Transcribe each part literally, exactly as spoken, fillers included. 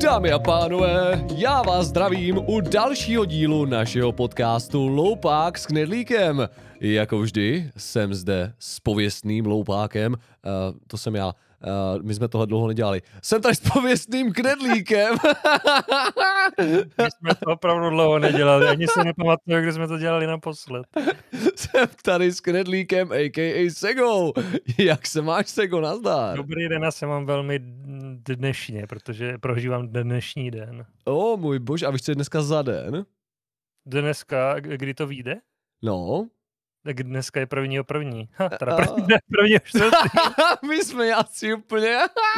Dámy a pánové, já vás zdravím u dalšího dílu našeho podcastu Loupák s knedlíkem. Jako vždy jsem zde s pověstným loupákem, uh, to jsem já, uh, my jsme tohle dlouho nedělali. Jsem tady s pověstným knedlíkem. My jsme to opravdu dlouho nedělali, ani se nepamatuju, kdy jsme to dělali naposled. Jsem tady s knedlíkem, a ká a. Segou. Jak se máš, Sego, nazdar? Dobrý den, já se mám velmi dnešně, protože prožívám dnešní den. O, můj bož, a víš, co je dneska za den? Dneska, kdy to vyjde? No. Tak dneska je prvního první. Ha, teda první, ne, prvního čtvrtý. My jsme asi úplně.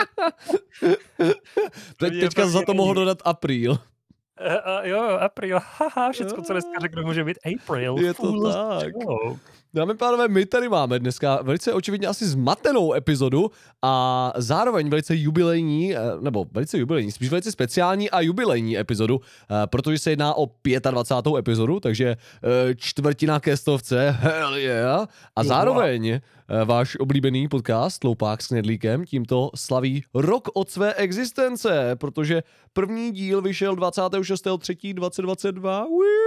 Teď, teďka za to mohl dodat apríl. Uh, uh, jo, apríl, haha, všecko, co dneska řeknu, může být April. Je to tak. Dámy a pánové, my tady máme dneska velice očividně asi zmatenou epizodu a zároveň velice jubilejní, nebo velice jubilejní, spíš velice speciální a jubilejní epizodu, protože se jedná o dvacátou pátou epizodu, takže čtvrtina ke stovce, hell yeah. A zároveň váš oblíbený podcast Loupák s knedlíkem tímto slaví rok od své existence, protože první díl vyšel dvacátého šestého třetího dvacet dvacet dva.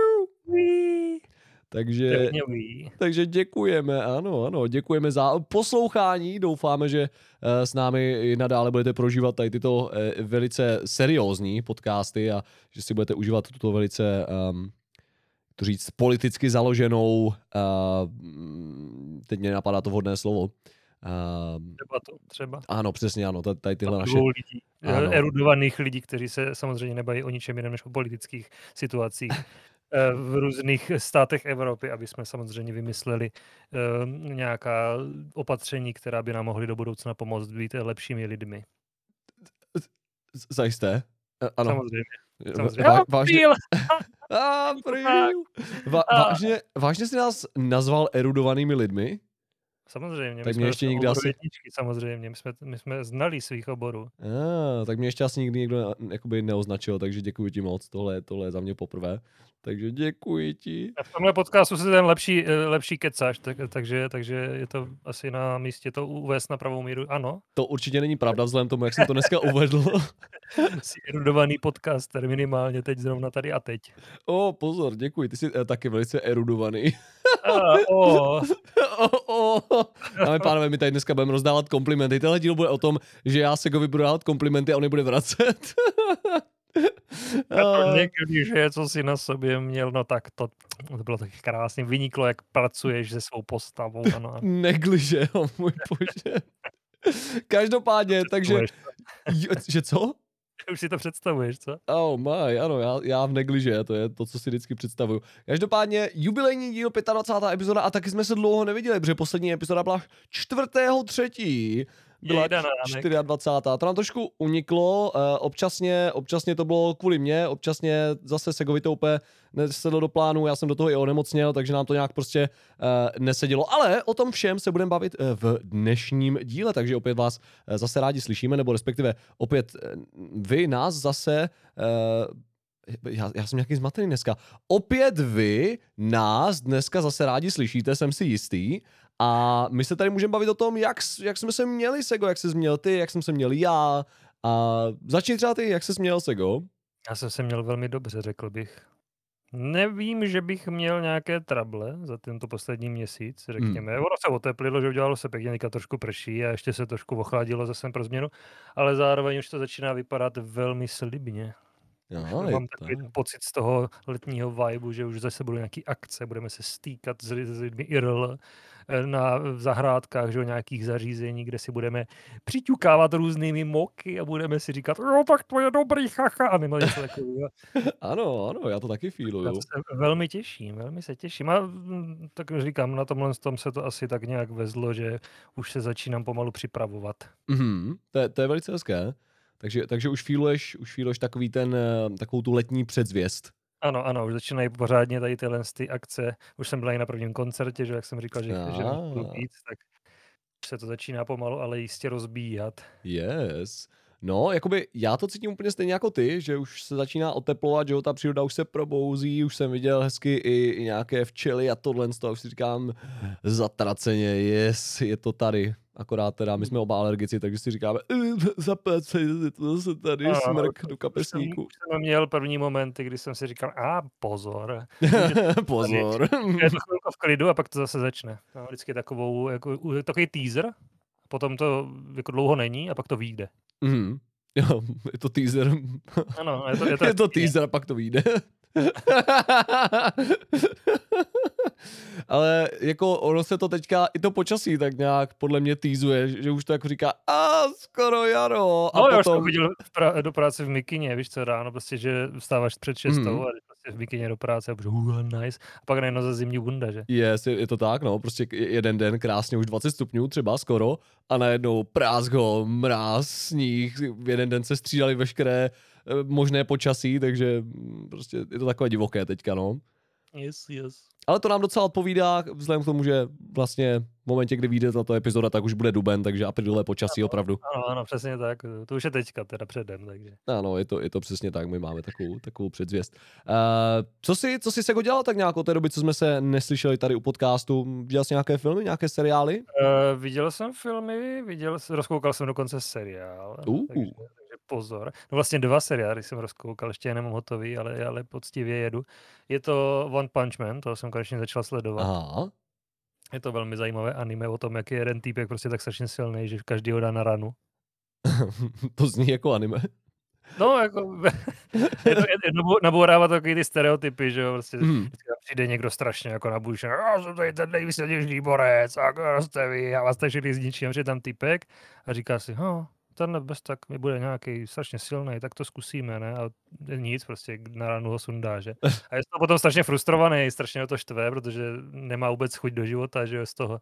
Takže, takže děkujeme, ano, ano, děkujeme za poslouchání, doufáme, že s námi i nadále budete prožívat tady tyto velice seriózní podcasty a že si budete užívat tuto velice, um, to říct, politicky založenou, uh, teď mě napadá to vhodné slovo. Uh, třeba to, třeba. Ano, přesně, ano, tady tyhle naše... lidí, ano. Erudovaných lidí, kteří se samozřejmě nebaví o ničem jiném než o politických situacích v různých státech Evropy, aby jsme samozřejmě vymysleli uh, nějaká opatření, která by nám mohly do budoucna pomoct být lepšími lidmi. Zajisté? Ano. Samozřejmě. Samozřejmě. Vá, vážně, Vá, vážně, vážně jsi nás nazval erudovanými lidmi? Samozřejmě. Tak my mě ještě nikdy asi... jedničky, samozřejmě. My jsme, my jsme znali svých oborů. Ah, tak mě ještě asi nikdy někdo jakoby neoznačil, takže děkuji ti moc. Tohle, tohle je za mě poprvé. Takže děkuji ti. A v tomhle podcastu se ten lepší, lepší kecáš, tak, takže, takže je to asi na místě to uvést na pravou míru. Ano. To určitě není pravda vzhledem tomu, jak jsem to dneska uvedl. Jsi erudovaný podcaster, minimálně teď zrovna tady a teď. O, pozor, děkuji, ty jsi eh, taky velice erudovaný. A, o. o, o. Dáme pánové, my tady dneska budeme rozdávat komplimenty. Tenhle díl bude o tom, že já Segovi budu dávat komplimenty a on je bude vracet. A to někdy, že co si na sobě měl, no tak to, to bylo tak krásně, vyniklo, jak pracuješ se svou postavou. Ano. Negliže, oh můj bože. Každopádně, takže... Jo, že co? Už si to představuješ, co? Oh my, ano, já, já v negliže, to je to, co si vždycky představuju. Každopádně jubilejní díl dvacátá pátá epizoda a taky jsme se dlouho neviděli, protože poslední epizoda byla čtvrtého třetího Byla dvacátá čtvrtá To nám trošku uniklo, uh, občasně, občasně to bylo kvůli mně, občasně zase Segovi to úplně nesedlo do plánu, já jsem do toho i onemocněl, takže nám to nějak prostě uh, nesedělo. Ale o tom všem se budeme bavit uh, v dnešním díle, takže opět vás uh, zase rádi slyšíme, nebo respektive opět uh, vy nás zase... Uh, Já, já jsem nějaký zmatený dneska. Opět vy nás dneska zase rádi slyšíte, jsem si jistý. A my se tady můžeme bavit o tom, jak, jak jsme se měli, Sego, jak se měl ty, jak jsem se měl já. A začni třeba ty, jak se měl, Sego? Já jsem se měl velmi dobře, řekl bych. Nevím, že bych měl nějaké trable za tento poslední měsíc, řekněme. Hmm. Ono se oteplilo, že udělalo se pěkně, teďka trošku prší a ještě se trošku ochladilo zase pro změnu, ale zároveň už to začíná vypadat velmi slibně. Jo, mám takový tak. pocit z toho letního vibu, že už zase budou nějaký akce, budeme se stýkat s, s lidmi I R L na v zahrádkách, že, nějakých zařízení, kde si budeme přiťukávat různými moky a budeme si říkat, jo, tak to je dobrý, chacha, a nebo něco takového. Ano, ano, já to taky feeluju. Já se velmi těším, velmi se těším. A tak říkám, na tomhle tom se to asi tak nějak vezlo, že už se začínám pomalu připravovat. Mm-hmm, to, je, to je velice hezké. Takže, takže už feeluješ, už feeluješ takový ten, takovou tu letní předzvěst. Ano, ano, už začínají pořádně tady tyhle ty akce. Už jsem byl i na prvním koncertě, že jak jsem říkal, že, že budu víc, tak se to začíná pomalu, ale jistě rozbíhat. Yes. No, jakoby já to cítím úplně stejně jako ty, že už se začíná oteplovat, že jo, ta příroda už se probouzí, už jsem viděl hezky i, i nějaké včely a tohle z toho, už si říkám zatraceně, yes, je to tady. Akorát teda my jsme oba alergici, takže si říkáme zapécej, to se tady Ano, smrk do už jsem, kapesníku. už jsem měl první momenty, kdy jsem si říkal, a pozor, Pozor. je to chvilku v klidu a pak to zase začne. No, vždycky takovou, jako, takový teaser, potom to jako dlouho není a pak to vyjde. Mm. Jo, je to teaser. Ano, je to, je to, je to teaser a pak to vyjde. Ale jako ono se to teďka, i to počasí tak nějak podle mě týzuje, že už to jako říká, a skoro jaro. A no, já potom... už jsem chodil pra- do práce v mikině, víš co, ráno prostě, že vstáváš před šestou Mhm. a jdeš prostě v mikině do práce a prostě, uh, nice. A pak najednou za zimní bunda, že? Yes, je, je to tak, no, prostě jeden den krásně už dvacet stupňů třeba skoro a najednou prázgo, mráz, sníh, v jeden den se střídali veškeré eh, možné počasí, takže mm, prostě je to takové divoké teďka, no. Yes, yes. Ale to nám docela odpovídá, vzhledem k tomu, že vlastně v momentě, kdy vyjde tato epizoda, tak už bude duben, takže aprilové počasí opravdu. Ano, ano, přesně tak. To už je teďka, teda předem, takže. Ano, je to, je to přesně tak, my máme takovou, takovou předzvěst. Uh, co si, co si se dělal tak nějak od té doby, co jsme se neslyšeli tady u podcastu? Viděl jsi nějaké filmy, nějaké seriály? Uh, viděl jsem filmy, viděl, rozkoukal jsem dokonce seriál, Uh. takže, takže pozor. No vlastně dva seriály jsem rozkoukal, ještě je nemám hotový, ale, ale poctivě jedu. Je to One Punch Man, to jsem konečně začal sledovat. Aha. Je to velmi zajímavé anime o tom, jak je jeden týpek prostě tak strašně silný, že každý ho dá na ranu. To zní jako anime. No, jako, je to, je, nabourává takový ty stereotypy, že jo, prostě Mm. přijde někdo strašně jako nabušený, já jsem tady ten nejvysilnější borec, a kdo jste vy, já vás tady všechny zničím, že tam týpek a říká si, no, ten bez tak mi bude nějaký strašně silný, tak to zkusíme, ne, a nic, prostě na ranu ho sundá, že. A je to potom strašně frustrovaný, strašně ho to štve, protože nemá vůbec chuť do života, že jo, z toho.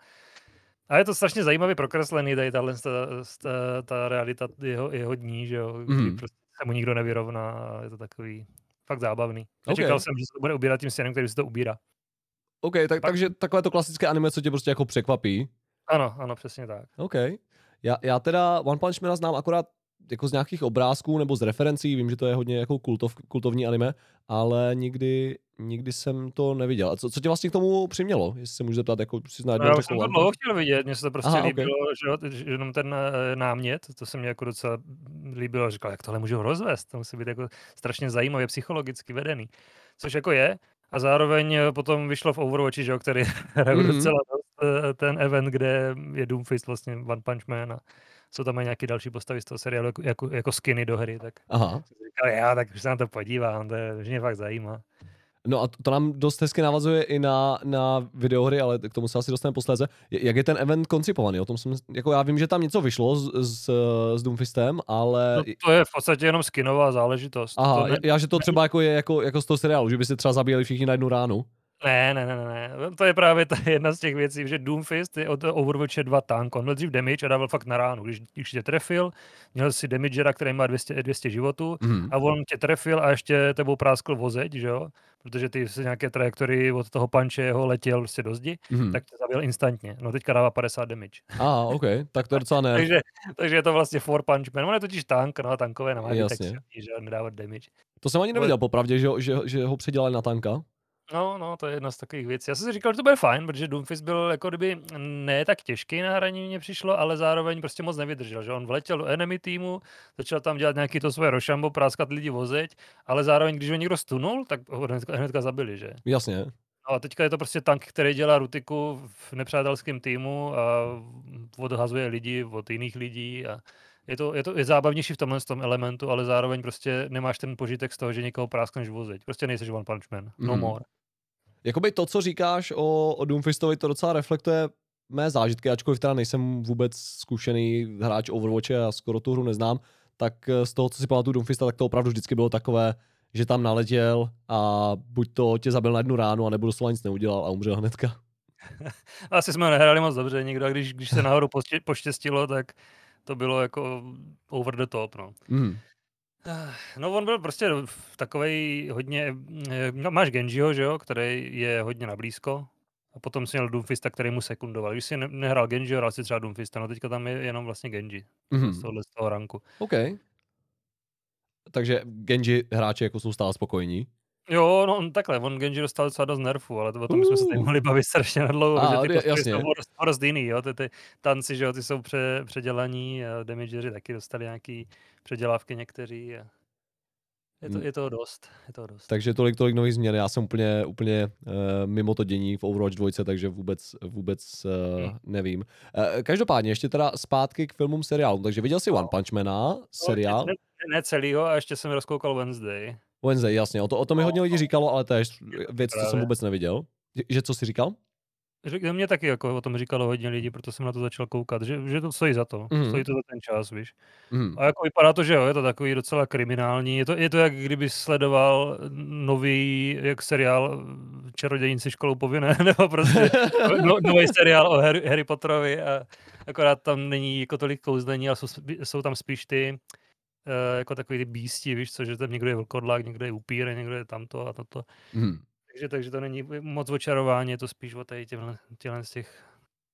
A je to strašně zajímavě prokreslený, tady tahle ta, ta, ta realita jeho, jeho dní, že jo, kdy Mm. prostě se mu nikdo nevyrovná a je to takový fakt zábavný. Okay. Čekal jsem, že se to bude ubírat tím směrem, který se to ubírá. OK, tak, Pak... takže takové to klasické anime, co tě prostě jako překvapí. Ano, ano, přesně tak. OK. Já, já teda One Punch Man znám akorát jako z nějakých obrázků nebo z referencí, vím, že to je hodně jako kultov, kultovní anime, ale nikdy, nikdy jsem to neviděl. A co, co tě vlastně k tomu přimělo? Jestli se můžu zeptat, jako si No, já už jsem to dlouho chtěl vidět, mně se to prostě Aha, líbilo, okay. že, že jenom ten námět, to se mi jako docela líbilo, říkal, jak tohle můžu rozvést, to musí být jako strašně zajímavě psychologicky vedený, což jako je. A zároveň potom vyšlo v Overwatchi, že jo, který hraju mm-hmm. docela dost, ten event, kde je Doomfist vlastně One Punch Man a jsou tam nějaký další postavy z toho seriálu jako, jako, jako skiny do hry, tak Aha. říkal, já, tak už se na to podívám, to, je, to mě fakt zajímá. No a to nám dost hezky navazuje i na, na videohry, ale k tomu se asi dostaneme posléze. Jak je ten event koncipovaný? O tom jsem, jako já vím, že tam něco vyšlo s, s, s Doomfistem, ale... No to je v podstatě jenom skinová záležitost. Aha, to ne... já, že to třeba jako je jako, jako z toho seriálu, že by se třeba zabíjeli všichni na jednu ránu. Ne, ne, ne, ne, to je právě ta jedna z těch věcí, že Doomfist je od Overwatche dva tank, on byl dřív damage a dával fakt na ránu, když, když tě trefil, měl si damagera, který má dvě stě, dvě stě životů mm. a on tě trefil a ještě tebou práskl vozeď, že jo, protože ty se nějaké trajektory od toho punche jeho letěl prostě do zdi, mm. tak tě zabil instantně, no teďka dává padesát damage. Aha, ok, tak to je docela ne. takže, takže je to vlastně four punch man, on je totiž tank, no a tankové nemáš tak silný, že nedávat damage. To jsem ani nevěděl popravdě, že, že, že ho předělali na tanka. No, no, to je jedna z takových věcí. Já jsem si říkal, že to bude fajn, protože Doomfist byl jako kdyby ne tak těžký na hraní mně přišlo, ale zároveň prostě moc nevydržel, že on vletěl do enemy týmu, začal tam dělat nějaký to svoje rošambo, práskat lidi vozeď, ale zároveň, když ho někdo stunul, tak ho hnedka, hnedka zabili, že? Jasně. No a teďka je to prostě tank, který dělá rutiku v nepřátelském týmu a odhazuje lidi od jiných lidí a je to, je to je zábavnější v tomhle tom elementu, ale zároveň prostě nemáš ten požitek z toho, že někoho práskneš vozeď. Prostě nejseš One Punch Man. No mm. more. Jakoby to, co říkáš o, o Doomfistovi, to docela reflektuje mé zážitky, ačkoliv teda nejsem vůbec zkušený hráč Overwatche a skoro tu hru neznám, tak z toho, co si pamatuju Doomfista, tak to opravdu vždycky bylo takové, že tam naletěl a buď to tě zabil na jednu ránu, anebo doslova nic neudělal a umřel hnedka. Asi jsme nehráli moc dobře nikdo, a když, když se nahoru poštěstilo, tak to bylo jako over the top, no. Mm. No on byl prostě takovej hodně, no, máš Genjiho, že jo, který je hodně nablízko a potom si měl Doomfista, který mu sekundoval. Když si nehrál Genjiho, hrál si třeba Doomfista, no teďka tam je jenom vlastně Genji mm. z, tohohle, z toho ranku. OK. Takže Genji hráči jako jsou stále spokojení? Jo, no on takhle, on Genji dostal docela dost nerfů, ale to o tom bychom se tady Uh. mohli bavit strašně nadlouho, protože A, ty je postavy jsou jasně. o dost o dost jiný, jo, ty ty tanci, že jo, ty jsou pře předělaní a damageři taky dostali nějaký předělávky někteří a je to Hm. je toho dost, je toho dost. Takže tolik tolik nových změn. Já jsem úplně úplně, uh, mimo to dění v Overwatch dva, takže vůbec vůbec, Hm. uh, nevím. Uh, každopádně ještě teda zpátky k filmům, seriálům. Takže viděl jsi No. One Punch Mana, No, seriál? ne ne celýho a ještě jsem rozkoukal Wednesday. Wednesday, jasně, o to o tom mi No, hodně lidí no. říkalo, ale to je Je to věc, co jsem právě. vůbec neviděl. Že co jsi říkal? Řek mě taky jako o tom říkalo hodně lidí, proto jsem na to začal koukat, že že to stojí za to, Mhm. stojí to za ten čas, víš. Mhm. A jako vypadá to, že jo, je to takový docela kriminální, je to je to, jak kdybys sledoval nový jak seriál Čarodějnici školou povinné, nebo prostě no nový seriál o Harry Harry Potterovi a akorát tam není jako tolik kouzlení, ale jsou jsou tam spíš ty, uh, jako takový ty beasti, víš co, že tam někdo je vlkodlak, někdo je upír, někdo je tamto a toto. Mhm. Takže takže to není moc o čarování, je to spíš o tady těchhle těchhle z těch,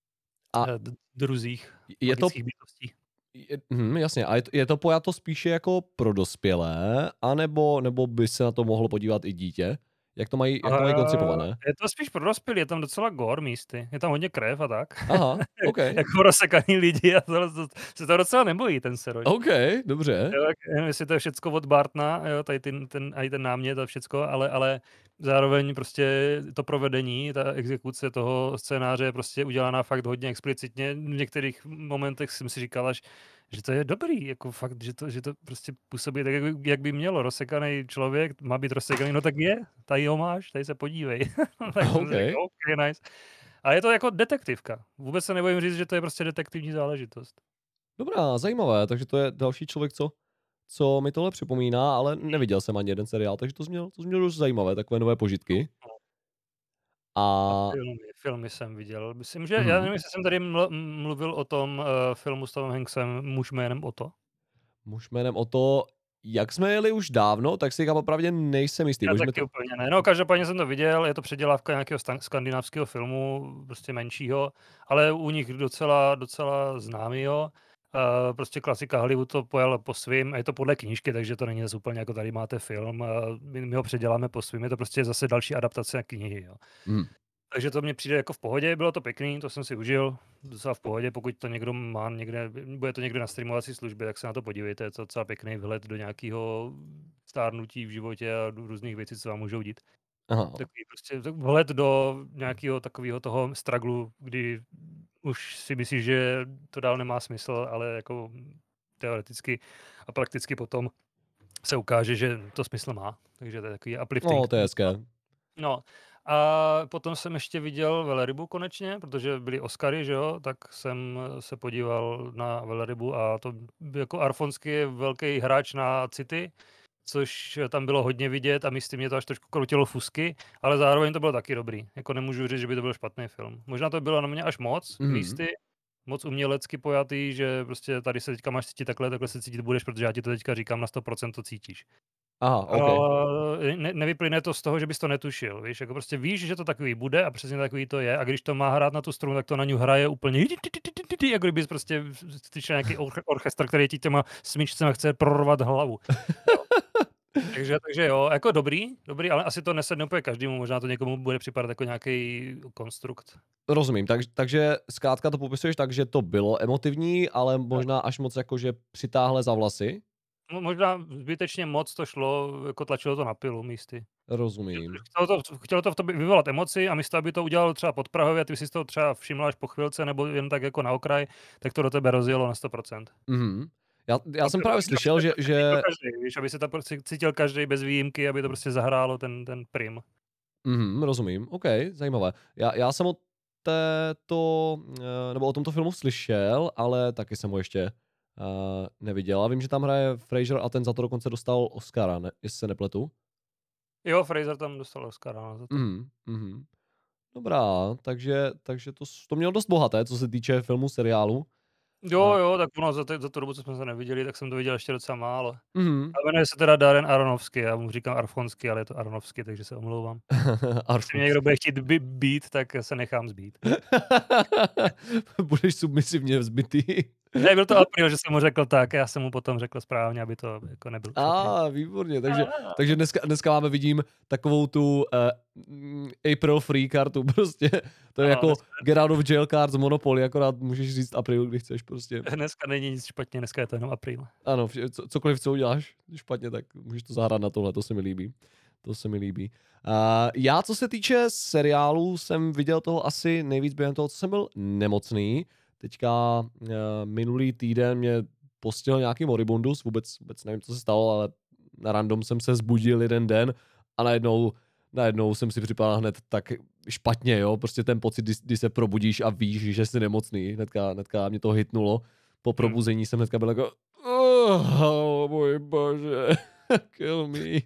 A eh, d druzích je to magických bytostí. je hm, jasně. A je to je to pojato spíše jako pro dospělé, anebo nebo by se na to mohlo podívat i dítě? Jak to mají jak to mají Uh, koncipované? je to spíš pro dospělé, je tam docela gore místy, je tam hodně krev a tak. Aha, OK. Jako rozsekaný lidi a tohle to se toho docela nebojí ten Seroš. OK, dobře. Jo, tak nevím, jestli to je všecko od Bartona, jo, tady ten ten aj ten námět a všecko, ale ale zároveň prostě to provedení, ta exekuce toho scénáře je prostě udělaná fakt hodně explicitně. V některých momentech jsem si říkal až, že to je dobrý, jako fakt, že to že to prostě působí tak, jak by jak by mělo. Rozsekaný člověk má být rozsekaný, no tak je, tady ho máš, tady se podívej. Tak jsem si OK. řekl: "OK, nice." A je to jako detektivka. Vůbec se nebojím říct, že to je prostě detektivní záležitost. Dobrá, zajímavé, takže to je další člověk, co co mi tohle připomíná, ale neviděl jsem ani jeden seriál, takže to znělo to znělo dost zajímavé, takové nové požitky. A A filmy filmy jsem viděl. Myslím, že já Mhm. nevím, jestli jsem tady ml mluvil o tom, eh, filmu s Tomem Hanksem Muž jménem Otto. Muž jménem Otto, jak jsme jeli už dávno, tak si říkám popravdě nejsem jistý. Já Můžeme taky to úplně ne. No, každopádně jsem to viděl, je to předělávka nějakého stan skandinávského filmu, prostě menšího, ale u nich docela docela známýho. Eh, prostě klasika, Hollywood to pojal po svým a je to podle knížky, takže to není zas úplně jako tady máte film, eh, my my ho předěláme po svým, je to prostě zase další adaptace knihy, jo. Mhm. Takže to mně přijde jako v pohodě, bylo to pěkný, to jsem si užil, docela v pohodě, pokud to někdo má někde, bude to někde na streamovací službě, tak se na to podívejte, je to docela pěkný vhled do nějakého stárnutí v životě a do různých věcí, co vám můžou dít. Aha. Takový prostě tak vhled do nějakého takového toho struggle, kdy už si myslíš, že to dál nemá smysl, ale jako teoreticky a prakticky potom se ukáže, že to smysl má. Takže to je takový No, uplifting. to je hezké. No a potom jsem ještě viděl Velrybu konečně, protože byly Oscary, že jo, tak jsem se podíval na Velrybu a to jako Arfonsky je velký hráč na city, což tam bylo hodně vidět a místy mě to až trošku krutilo fusky, ale zároveň to bylo taky dobrý. Jako nemůžu říct, že by to byl špatný film. Možná to bylo na mě až moc Mhm. místy, moc umělecky pojatý, že prostě tady se teďka máš cítit takhle, takhle se cítit budeš, protože já ti to teďka říkám, na sto procent to cítíš. Aha, A OK. ne nevyplyne to z toho, že bys to netušil, víš, jako prostě víš, že to takový bude a přesně takový to je a když to má hrát na tu strunu, tak to na ňu hraje úplně jako kdybys prostě slyšel nějaký orch orchestr, který ti těma smyčcema chce prorvat hlavu. Jo. Takže takže jo, jako dobrý, dobrý, ale asi to nesedne úplně každému, možná to někomu bude připadat jako nějaký konstrukt. Rozumím, takže takže zkrátka to popisuješ tak, že to bylo emotivní, ale možná až moc jakože přitáhle za vlasy? No, možná zbytečně moc to šlo, jako tlačilo to na pilu místy. Rozumím. Chtělo to chtělo to v tobě vyvolat emoci a místo aby to udělalo třeba podprahově a ty jsi si toho třeba všiml až po chvilce nebo jen tak jako na okraj, tak to do tebe rozjelo na sto procent. Mhm. Já já jsem právě Aby slyšel, že to cítil že každý, víš, aby se tam prostě cítil každý bez výjimky, aby to prostě zahrálo ten ten prim. Mhm, rozumím, OK, zajímavé. Já já jsem o této, eh, nebo o tomto filmu slyšel, ale taky jsem ho ještě, eh, neviděl a vím, že tam hraje Fraser a ten za to dokonce dostal Oscara, ne jestli se nepletu? Jo, Fraser tam dostal Oscara, no, za to. Mhm, mhm. Dobrá, takže takže to s to měl dost bohaté, co se týče filmu, seriálu. Jo, A jo, tak ono za te za tu dobu, co jsme se neviděli, tak jsem to viděl ještě docela málo. Mhm. A jmenuje se teda Darren Aronofsky, já mu říkám Arfonsky, ale je to Aronofsky, takže se omlouvám. Jestli mě někdo Arfonsky. bude chtít by být, tak se nechám zbít. Budeš submisivně vzbitý. Ne, byl to April, že jsem mu řekl tak, já jsem mu potom řekl správně, aby to jako nebyl A ah, výborně, takže, takže dneska, dneska máme, vidím, takovou tu uh, April free kartu, prostě, to je ano, jako dneska, get out of jail card z Monopoly, akorát můžeš říct April, když chceš prostě. Dneska není nic špatně, dneska je to jenom April. Ano, co, cokoliv, co uděláš špatně, tak můžeš to zahrát na tohle, to se mi líbí. To se mi líbí. Uh, já, co se týče seriálů, jsem viděl toho asi nejvíc během toho, co jsem byl nemocný. Teďka uh, minulý týden mě postihl nějaký moribundus, vůbec, vůbec nevím, co se stalo, ale na random jsem se zbudil jeden den a najednou, najednou jsem si připadal hned tak špatně, jo, prostě ten pocit, kdy, kdy se probudíš a víš, že jsi nemocný, hnedka, hnedka mě to hitnulo. Po probuzení jsem hnedka byl jako, oh, můj bože, kill me.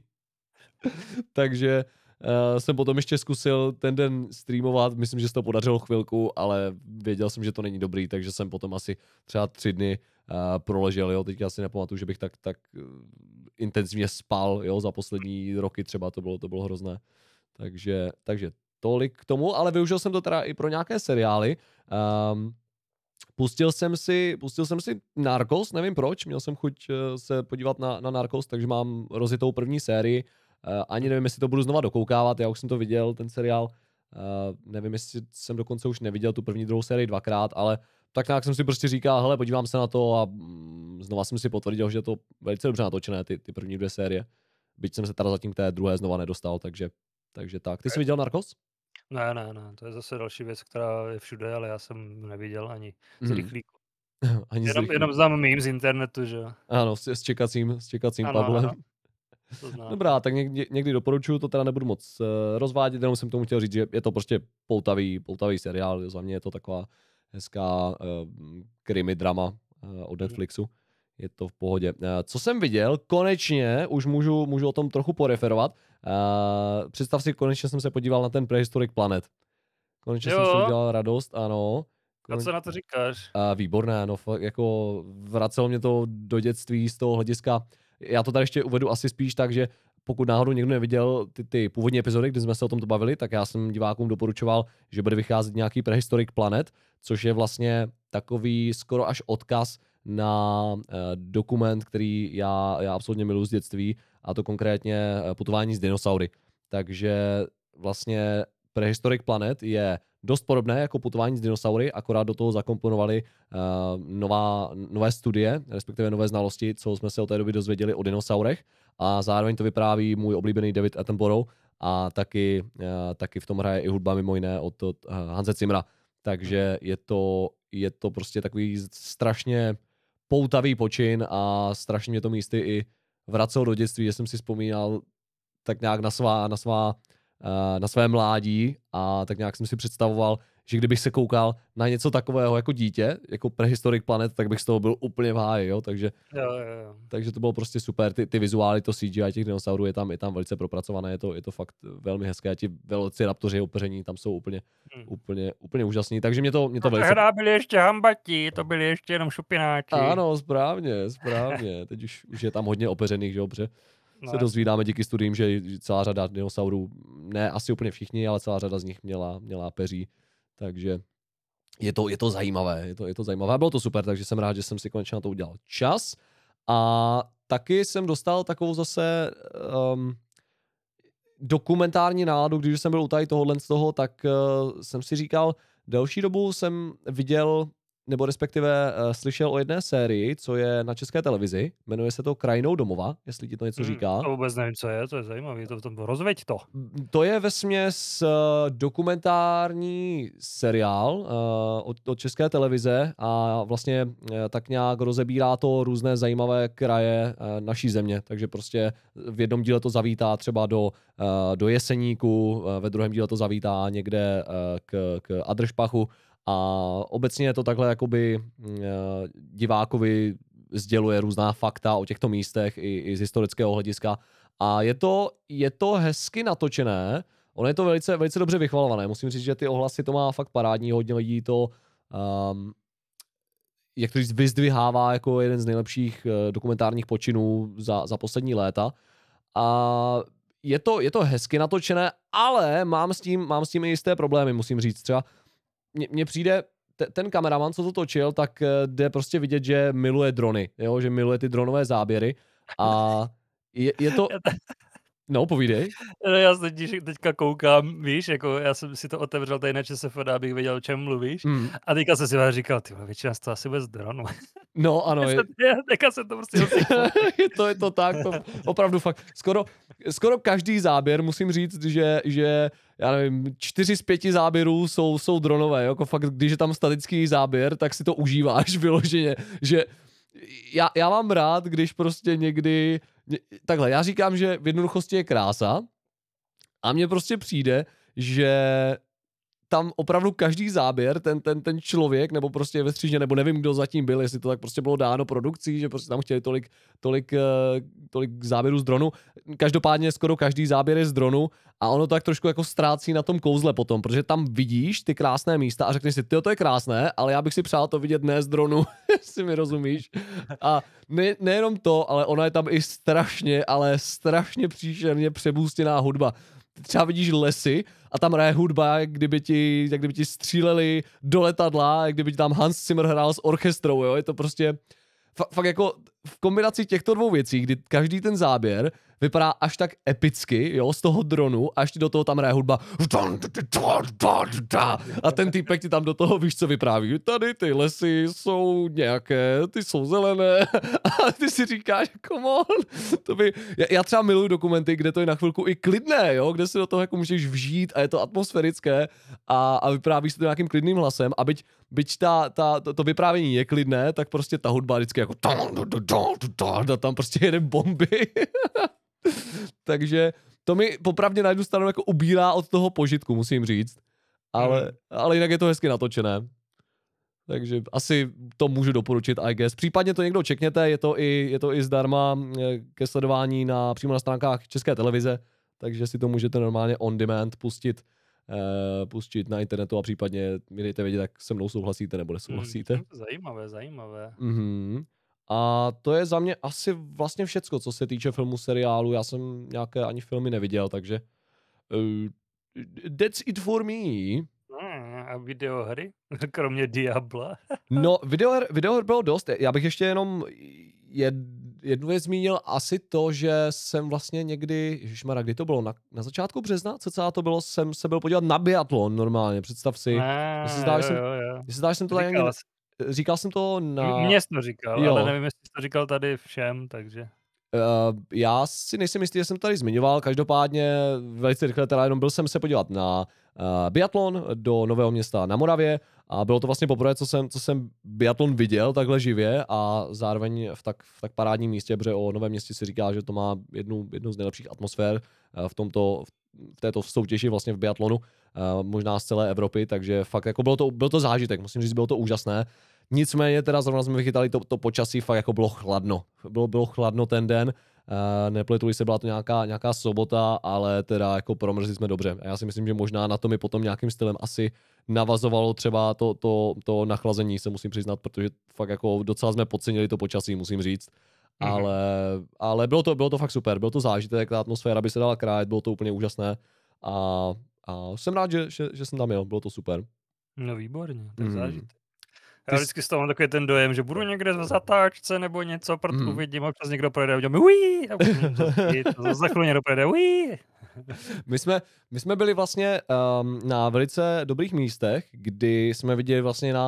Takže uh, jsem potom ještě zkusil ten den streamovat, myslím, že se to podařilo chvilku, ale věděl jsem, že to není dobrý, takže jsem potom asi třeba tři dny uh, proležel, jo, teďka si nepamatuju, že bych tak, tak uh, intenzivně spal, jo, za poslední roky třeba to bylo, to bylo hrozné. Takže, takže tolik k tomu, ale využil jsem to teda i pro nějaké seriály. Um, Pustil jsem si, pustil jsem si Narcos, nevím proč, měl jsem chuť uh, se podívat na, na Narcos, takže mám rozjetou první sérii. Uh, ani nevím, jestli to budu znova dokoukávat, já už jsem to viděl, ten seriál. Uh, nevím, jestli jsem dokonce už neviděl tu první, druhou sérii dvakrát, ale tak nějak jsem si prostě říkal, hele, podívám se na to a mm, znova jsem si potvrdil, že je to velice dobře natočené, ty, ty první dvě série. Byť jsem se teda zatím k té druhé znova nedostal, takže, takže tak. Ty jsi viděl Narcos? Ne, ne, ne, to je zase další věc, která je všude, ale já jsem neviděl ani z Hmm. rychlíku. Ani z Jenom, rychlíku. jenom znám mým z internetu, že jo. Ano, s, s čekacím, s čekacím Ano, Pavlem. ano. To znám. Dobrá, tak někdy, někdy doporučuju, to teda nebudu moc uh, rozvádět, jenom jsem tomu chtěl říct, že je to prostě poutavý, poutavý seriál, za mě je to taková hezká uh, krimi drama uh, od Netflixu, je to v pohodě. Uh, co jsem viděl, konečně, už můžu, můžu o tom trochu poreferovat, uh, představ si, konečně jsem se podíval na ten Prehistoric Planet. Konečně Jo. jsem si udělal radost, ano. A co na to říkáš? Uh, výborné, no fakt, jako vracelo mě to do dětství z toho hlediska. Já to tady ještě uvedu asi spíš tak, že pokud náhodou někdo neviděl ty, ty původní epizody, kdy jsme se o tomto bavili, tak já jsem divákům doporučoval, že bude vycházet nějaký Prehistoric Planet, což je vlastně takový skoro až odkaz na uh, dokument, který já, já absolutně miluji z dětství, a to konkrétně uh, Putování s dinosaury. Takže vlastně Prehistoric Planet je dost podobné jako Putování s dinosaury, akorát do toho zakomponovali uh, nová, nové studie, respektive nové znalosti, co jsme se od té doby dozvěděli o dinosaurech, a zároveň to vypráví můj oblíbený David Attenborough a taky, uh, taky v tom hraje i hudba mimo jiné od, od uh, Hanse Zimmera. Takže je to, je to prostě takový strašně poutavý počin a strašně mě to místy i vracelo do dětství, že jsem si vzpomínal tak nějak na svá, na svá na své mládí a tak nějak jsem si představoval, že kdybych se koukal na něco takového jako dítě, jako Prehistoric Planet, tak bych z toho byl úplně v háji, jo, takže, jo, jo, jo. takže to bylo prostě super, ty, ty vizuály, to C G I těch dinosaurů je tam, je tam velice propracované, je to, je to fakt velmi hezké, a ti velociraptoři opeření tam jsou úplně, hmm. úplně, úplně úžasní, takže mě to, mě to velice... Hra byli ještě hambati, to byli ještě jenom šupináči. Ano, správně, správně, teď už, už je tam hodně opeřených, že dobře. No, se dozvídáme díky studiím, že celá řada dinosaurů, ne asi úplně všichni, ale celá řada z nich měla, měla peří, takže je to, je to zajímavé, je to, je to zajímavé. Bylo to super, takže jsem rád, že jsem si konečně na to udělal čas. A taky jsem dostal takovou zase um, dokumentární náladu, když jsem byl u tady tohohle z toho, tak uh, jsem si říkal, delší dobu jsem viděl, nebo respektive uh, slyšel o jedné sérii, co je na České televizi, jmenuje se to Krajinou domova, jestli ti to něco říká. Hmm, to vůbec nevím, co je, to je zajímavé, to, to rozveď to. To je vesměs uh, dokumentární seriál uh, od, od České televize a vlastně uh, tak nějak rozebírá to různé zajímavé kraje uh, naší země, takže prostě v jednom díle to zavítá třeba do, uh, do Jeseníku, uh, ve druhém díle to zavítá někde uh, k, k Adršpachu. A obecně to takhle jakoby uh, divákovi sděluje různá fakta o těchto místech i, i z historického hlediska. A je to, je to hezky natočené, ono je to velice, velice dobře vychvalované. Musím říct, že ty ohlasy to má fakt parádní, hodně lidí to, um, jak to říct, vyzdvihává jako jeden z nejlepších uh, dokumentárních počinů za, za poslední léta. A je to, je to hezky natočené, ale mám s tím, mám s tím i jisté problémy, musím říct. Třeba mně přijde te, ten kameraman, co to točil, tak jde prostě vidět, že miluje drony, jo, že miluje ty dronové záběry a je, je to... No, povídej. No, já se teďka koukám, víš, jako já jsem si to otevřel tady na ČSFD, abych věděl, o čem mluvíš. Mm. A teďka jsem si říkal, ty většina z toho asi bez dronu. No, ano. Je... Teďka jsem to prostě je to, je to tak, to opravdu fakt. Skoro, skoro každý záběr, musím říct, že, že já nevím, čtyři z pěti záběrů jsou, jsou dronové, jako fakt, když je tam statický záběr, tak si to užíváš vyloženě, že já, já mám rád, když prostě někdy, takhle, já říkám, že v jednoduchosti je krása a mně prostě přijde, že tam opravdu každý záběr, ten, ten, ten člověk, nebo prostě ve střížně, nebo nevím, kdo zatím byl, jestli to tak prostě bylo dáno produkcí, že prostě tam chtěli tolik, tolik, tolik záběrů z dronu. Každopádně skoro každý záběr je z dronu a ono to tak trošku jako ztrácí na tom kouzle potom, protože tam vidíš ty krásné místa a řekneš si, tyjo, to je krásné, ale já bych si přál to vidět ne z dronu, si mi rozumíš. A ne, nejenom to, ale ona je tam i strašně, ale strašně příšerně přebůstěná hudba. Třeba vidíš lesy a tam hraje hudba, jak kdyby ti, jak kdyby ti stříleli do letadla, jak kdyby ti tam Hans Zimmer hrál s orchestrou, jo, je to prostě fakt jako v kombinaci těchto dvou věcí, kdy každý ten záběr vypadá až tak epicky, jo, z toho dronu, až ti do toho tam hraje hudba a ten týpek ti tam do toho, víš, co vypráví. Tady ty lesy jsou nějaké, ty jsou zelené a ty si říkáš, come on, to by... Já, já třeba miluju dokumenty, kde to je na chvilku i klidné, jo, kde si do toho jako můžeš vžít a je to atmosférické a, a vyprávíš si to nějakým klidným hlasem a byť, byť ta, ta, to, to vyprávění je klidné, tak prostě ta hudba vždycky jako tam prostě jede bomby. Takže to mi popravdě na jednu stranu jako ubírá od toho požitku, musím říct. Ale, mm. ale jinak je to hezky natočené. Takže asi to můžu doporučit, I guess. Případně to někdo čekněte, je to i, je to i zdarma ke sledování na, přímo na stránkách České televize, takže si to můžete normálně on demand pustit, uh, pustit na internetu a případně mi dejte vědět, jak se mnou souhlasíte nebo nesouhlasíte. Mm, zajímavé, zajímavé. Mhm. A to je za mě asi vlastně všecko, co se týče filmu, seriálu. Já jsem nějaké ani filmy neviděl, takže uh, that's it for me. Hmm, a videohry? Kromě Diabla? No, videoher, videoher bylo dost. Já bych ještě jenom jed, jednu věc zmínil, asi to, že jsem vlastně někdy, ježišmarja, kdy to bylo? Na, na začátku března? Co celá to bylo? Jsem se byl podívat na biatlon normálně, představ si. Ne, Jestli zdáš, jo, jsem, jo, jo. jestli zdáš, jsem to tady někdy... Říkal jsem to na... Mně jsi to říkal, jo. ale nevím, jestli jsi to říkal tady všem, takže... Uh, já si nejsem jistý, že jsem tady zmiňoval, každopádně velice rychle teda jenom byl jsem se podívat na uh, biatlon do Nového Města na Moravě a bylo to vlastně poprvé, co jsem, co jsem biatlon viděl takhle živě a zároveň v tak, v tak parádním místě, protože o Novém Městě si říká, že to má jednu, jednu z nejlepších atmosfér uh, v tomto, v této soutěži vlastně v biatlonu, uh, možná z celé Evropy, takže fakt jako bylo to, byl to zážitek, musím říct, bylo to úžasné. Nicméně teda zrovna jsme vychytali to, to počasí, fakt jako bylo chladno. Bylo, bylo chladno ten den, uh, nepletuli se, byla to nějaká, nějaká sobota, ale teda jako promrzli jsme dobře. A já si myslím, že možná na to mi potom nějakým stylem asi navazovalo třeba to, to, to nachlazení, se musím přiznat, protože fakt jako docela jsme podcenili to počasí, musím říct. Mm-hmm. Ale, ale bylo, to, bylo to fakt super, byl to zážitek, ta atmosféra by se dala krát, bylo to úplně úžasné a, a jsem rád, že, že, že jsem tam jel, bylo to super. No výborně, tak mm. zážitek. Ty Já vždycky z toho mám takový ten dojem, že budu někde v zatáčce nebo něco, proto Mm. uvidím, občas někdo projede a uděláme uí, a za chvíli někdo projede uí. My jsme, my jsme byli vlastně um, na velice dobrých místech, kdy jsme viděli vlastně na uh,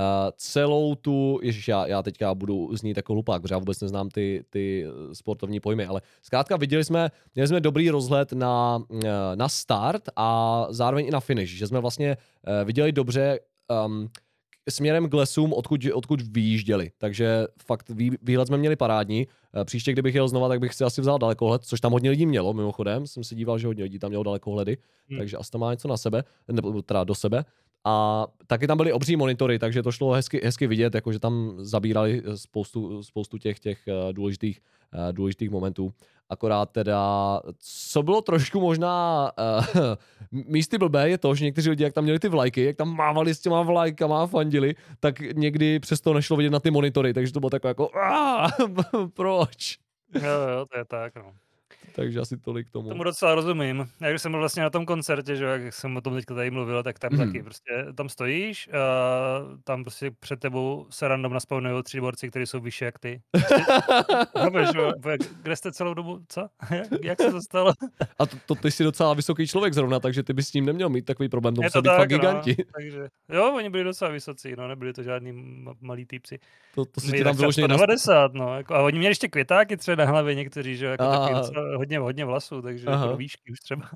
celou tu, ježiš, já, já teďka budu znít jako hlupák, protože já vůbec neznám ty, ty sportovní pojmy, ale zkrátka viděli jsme, měli jsme dobrý rozhled na, uh, na start a zároveň i na finish, že jsme vlastně uh, viděli dobře um, směrem k lesům, odkud, odkud vyjížděli. Takže fakt vý, výhled jsme měli parádní. Příště, kdybych jel znova, tak bych si asi vzal dalekohled, což tam hodně lidí mělo, mimochodem. Jsem si díval, že hodně lidí tam mělo dalekohledy, hmm. takže asi tam má něco na sebe, nebo teda do sebe. A taky tam byly obří monitory, takže to šlo hezky, hezky vidět, jakože tam zabírali spoustu, spoustu těch, těch důležitých, důležitých momentů. Akorát teda, co bylo trošku možná uh, místy blbé, je to, že někteří lidi, jak tam měli ty vlajky, jak tam mávali s těma vlajkama a fandili, tak někdy přesto nešlo vidět na ty monitory, takže to bylo takové jako proč? Jo, jo, to je tak, no. Takže asi tolik tomu. Tomu docela rozumím. Já když jsem byl vlastně na tom koncertě, že jak jsem o tom teďka tady mluvil, tak tam Mhm. taky prostě tam stojíš, a tam prostě před tebou se random naspawnují tři borci, kteří jsou vyšší jak ty. Prostě, chápeš, jo? Kde jste celou dobu, co? Jak se to stalo? A to, to ty jsi docela vysoký člověk zrovna, takže ty bys s ním neměl mít takový problém, to Je musel to být fakt tak, no, giganti. takže jo, oni byli docela vysocí, no, nebyli to žádný ma- malí týpci. To, to si Měli ti tam tak třeba vyloženě sto devadesát, no, jako, a oni měli ještě květáky třeba na hlavě někteří, že jo, jako taky Aha. docela hodně, hodně vlasů, takže Aha. jako do výšky už třeba.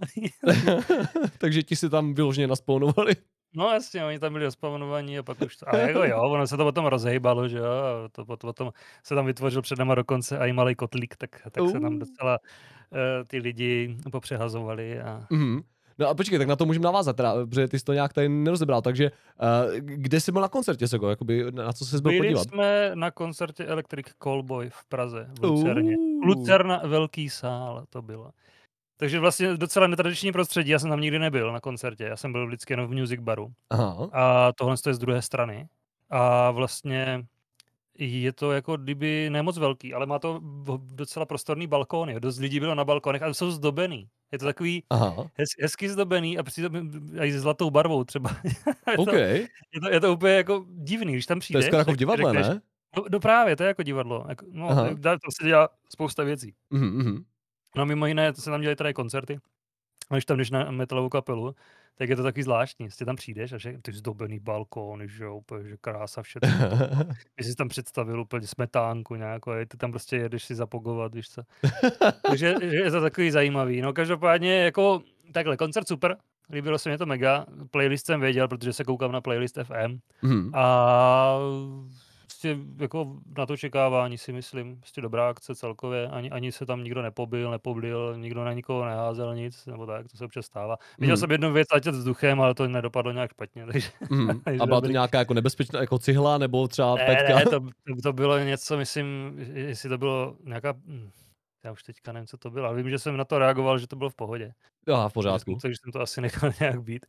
Takže ti si tam vyloženě naspawnovali. No jasně, oni tam byli ospavanovaní a pak už to, a jako jo, ono se to potom rozhejbalo, že jo, a to pot- potom se tam vytvořil před náma dokonce i malý kotlík, tak, tak se tam Uh. docela uh, ty lidi popřehazovali a Mhm. No a počkej, tak na to můžeme navázat, teda, protože ty jsi to nějak tady nerozebral, takže uh, kde jsi byl na koncertě, Sego, jakoby, na co jsi byl byli podívat? jsme na koncertě Electric Callboy v Praze, v Lucerně. Uh. Lucerna, velký sál to bylo. Takže vlastně docela netradiční prostředí, já jsem tam nikdy nebyl na koncertě, já jsem byl vždycky jenom v music baru. Aha. A tohle je z druhé strany. A vlastně je to jako kdyby ne moc velký, ale má to v- docela prostorný balkóny. Dost lidí bylo na balkonech a jsou zdobený. Je to takový Aha. hez, hezky zdobený a přitom i s zlatou barvou třeba. je, to, OK. je, to, je to úplně jako divný, když tam To je přijdeš. skoro jako v tak divadle, řekneš, ne? No, no právě, to je jako divadlo. Jako, no, Aha. dá- to se dělá spousta věcí. Mhm, mhm. No mimo jiné, to se tam dělají tady koncerty. A když tam jdeš na metalovou kapelu, tak je to taky zvláštní. Prostě tam přijdeš a že ty zdobený balkóny, že jo, úplně, že krása, všechno. Ty jsi tam představil úplně smetánku nějakou, a ty tam prostě jedeš si zapogovat, víš co. Takže že je to takový zajímavý. No každopádně jako takhle, koncert super, líbilo se mi to mega, playlist jsem věděl, protože se koukám na playlist F M Mhm. a prostě jako na to čekávání si myslím, prostě dobrá akce celkově, ani, ani se tam nikdo nepobil, nepoblil, nikdo na nikoho neházel nic, nebo tak, to se občas stává. Viděl Mhm. jsem jednu věc letět vzduchem, ale to nedopadlo nějak špatně, takže... Mhm. takže A byla to dobrý. nějaká jako nebezpečná jako cihla, nebo třeba Ne, petka? ne, to, to, to bylo něco, myslím, jestli to bylo nějaká... hm, Já už teďka nevím, co to bylo, ale vím, že jsem na to reagoval, že to bylo v pohodě. Aha, v Takže pořádku. jsem, takže jsem to asi nechal nějak být.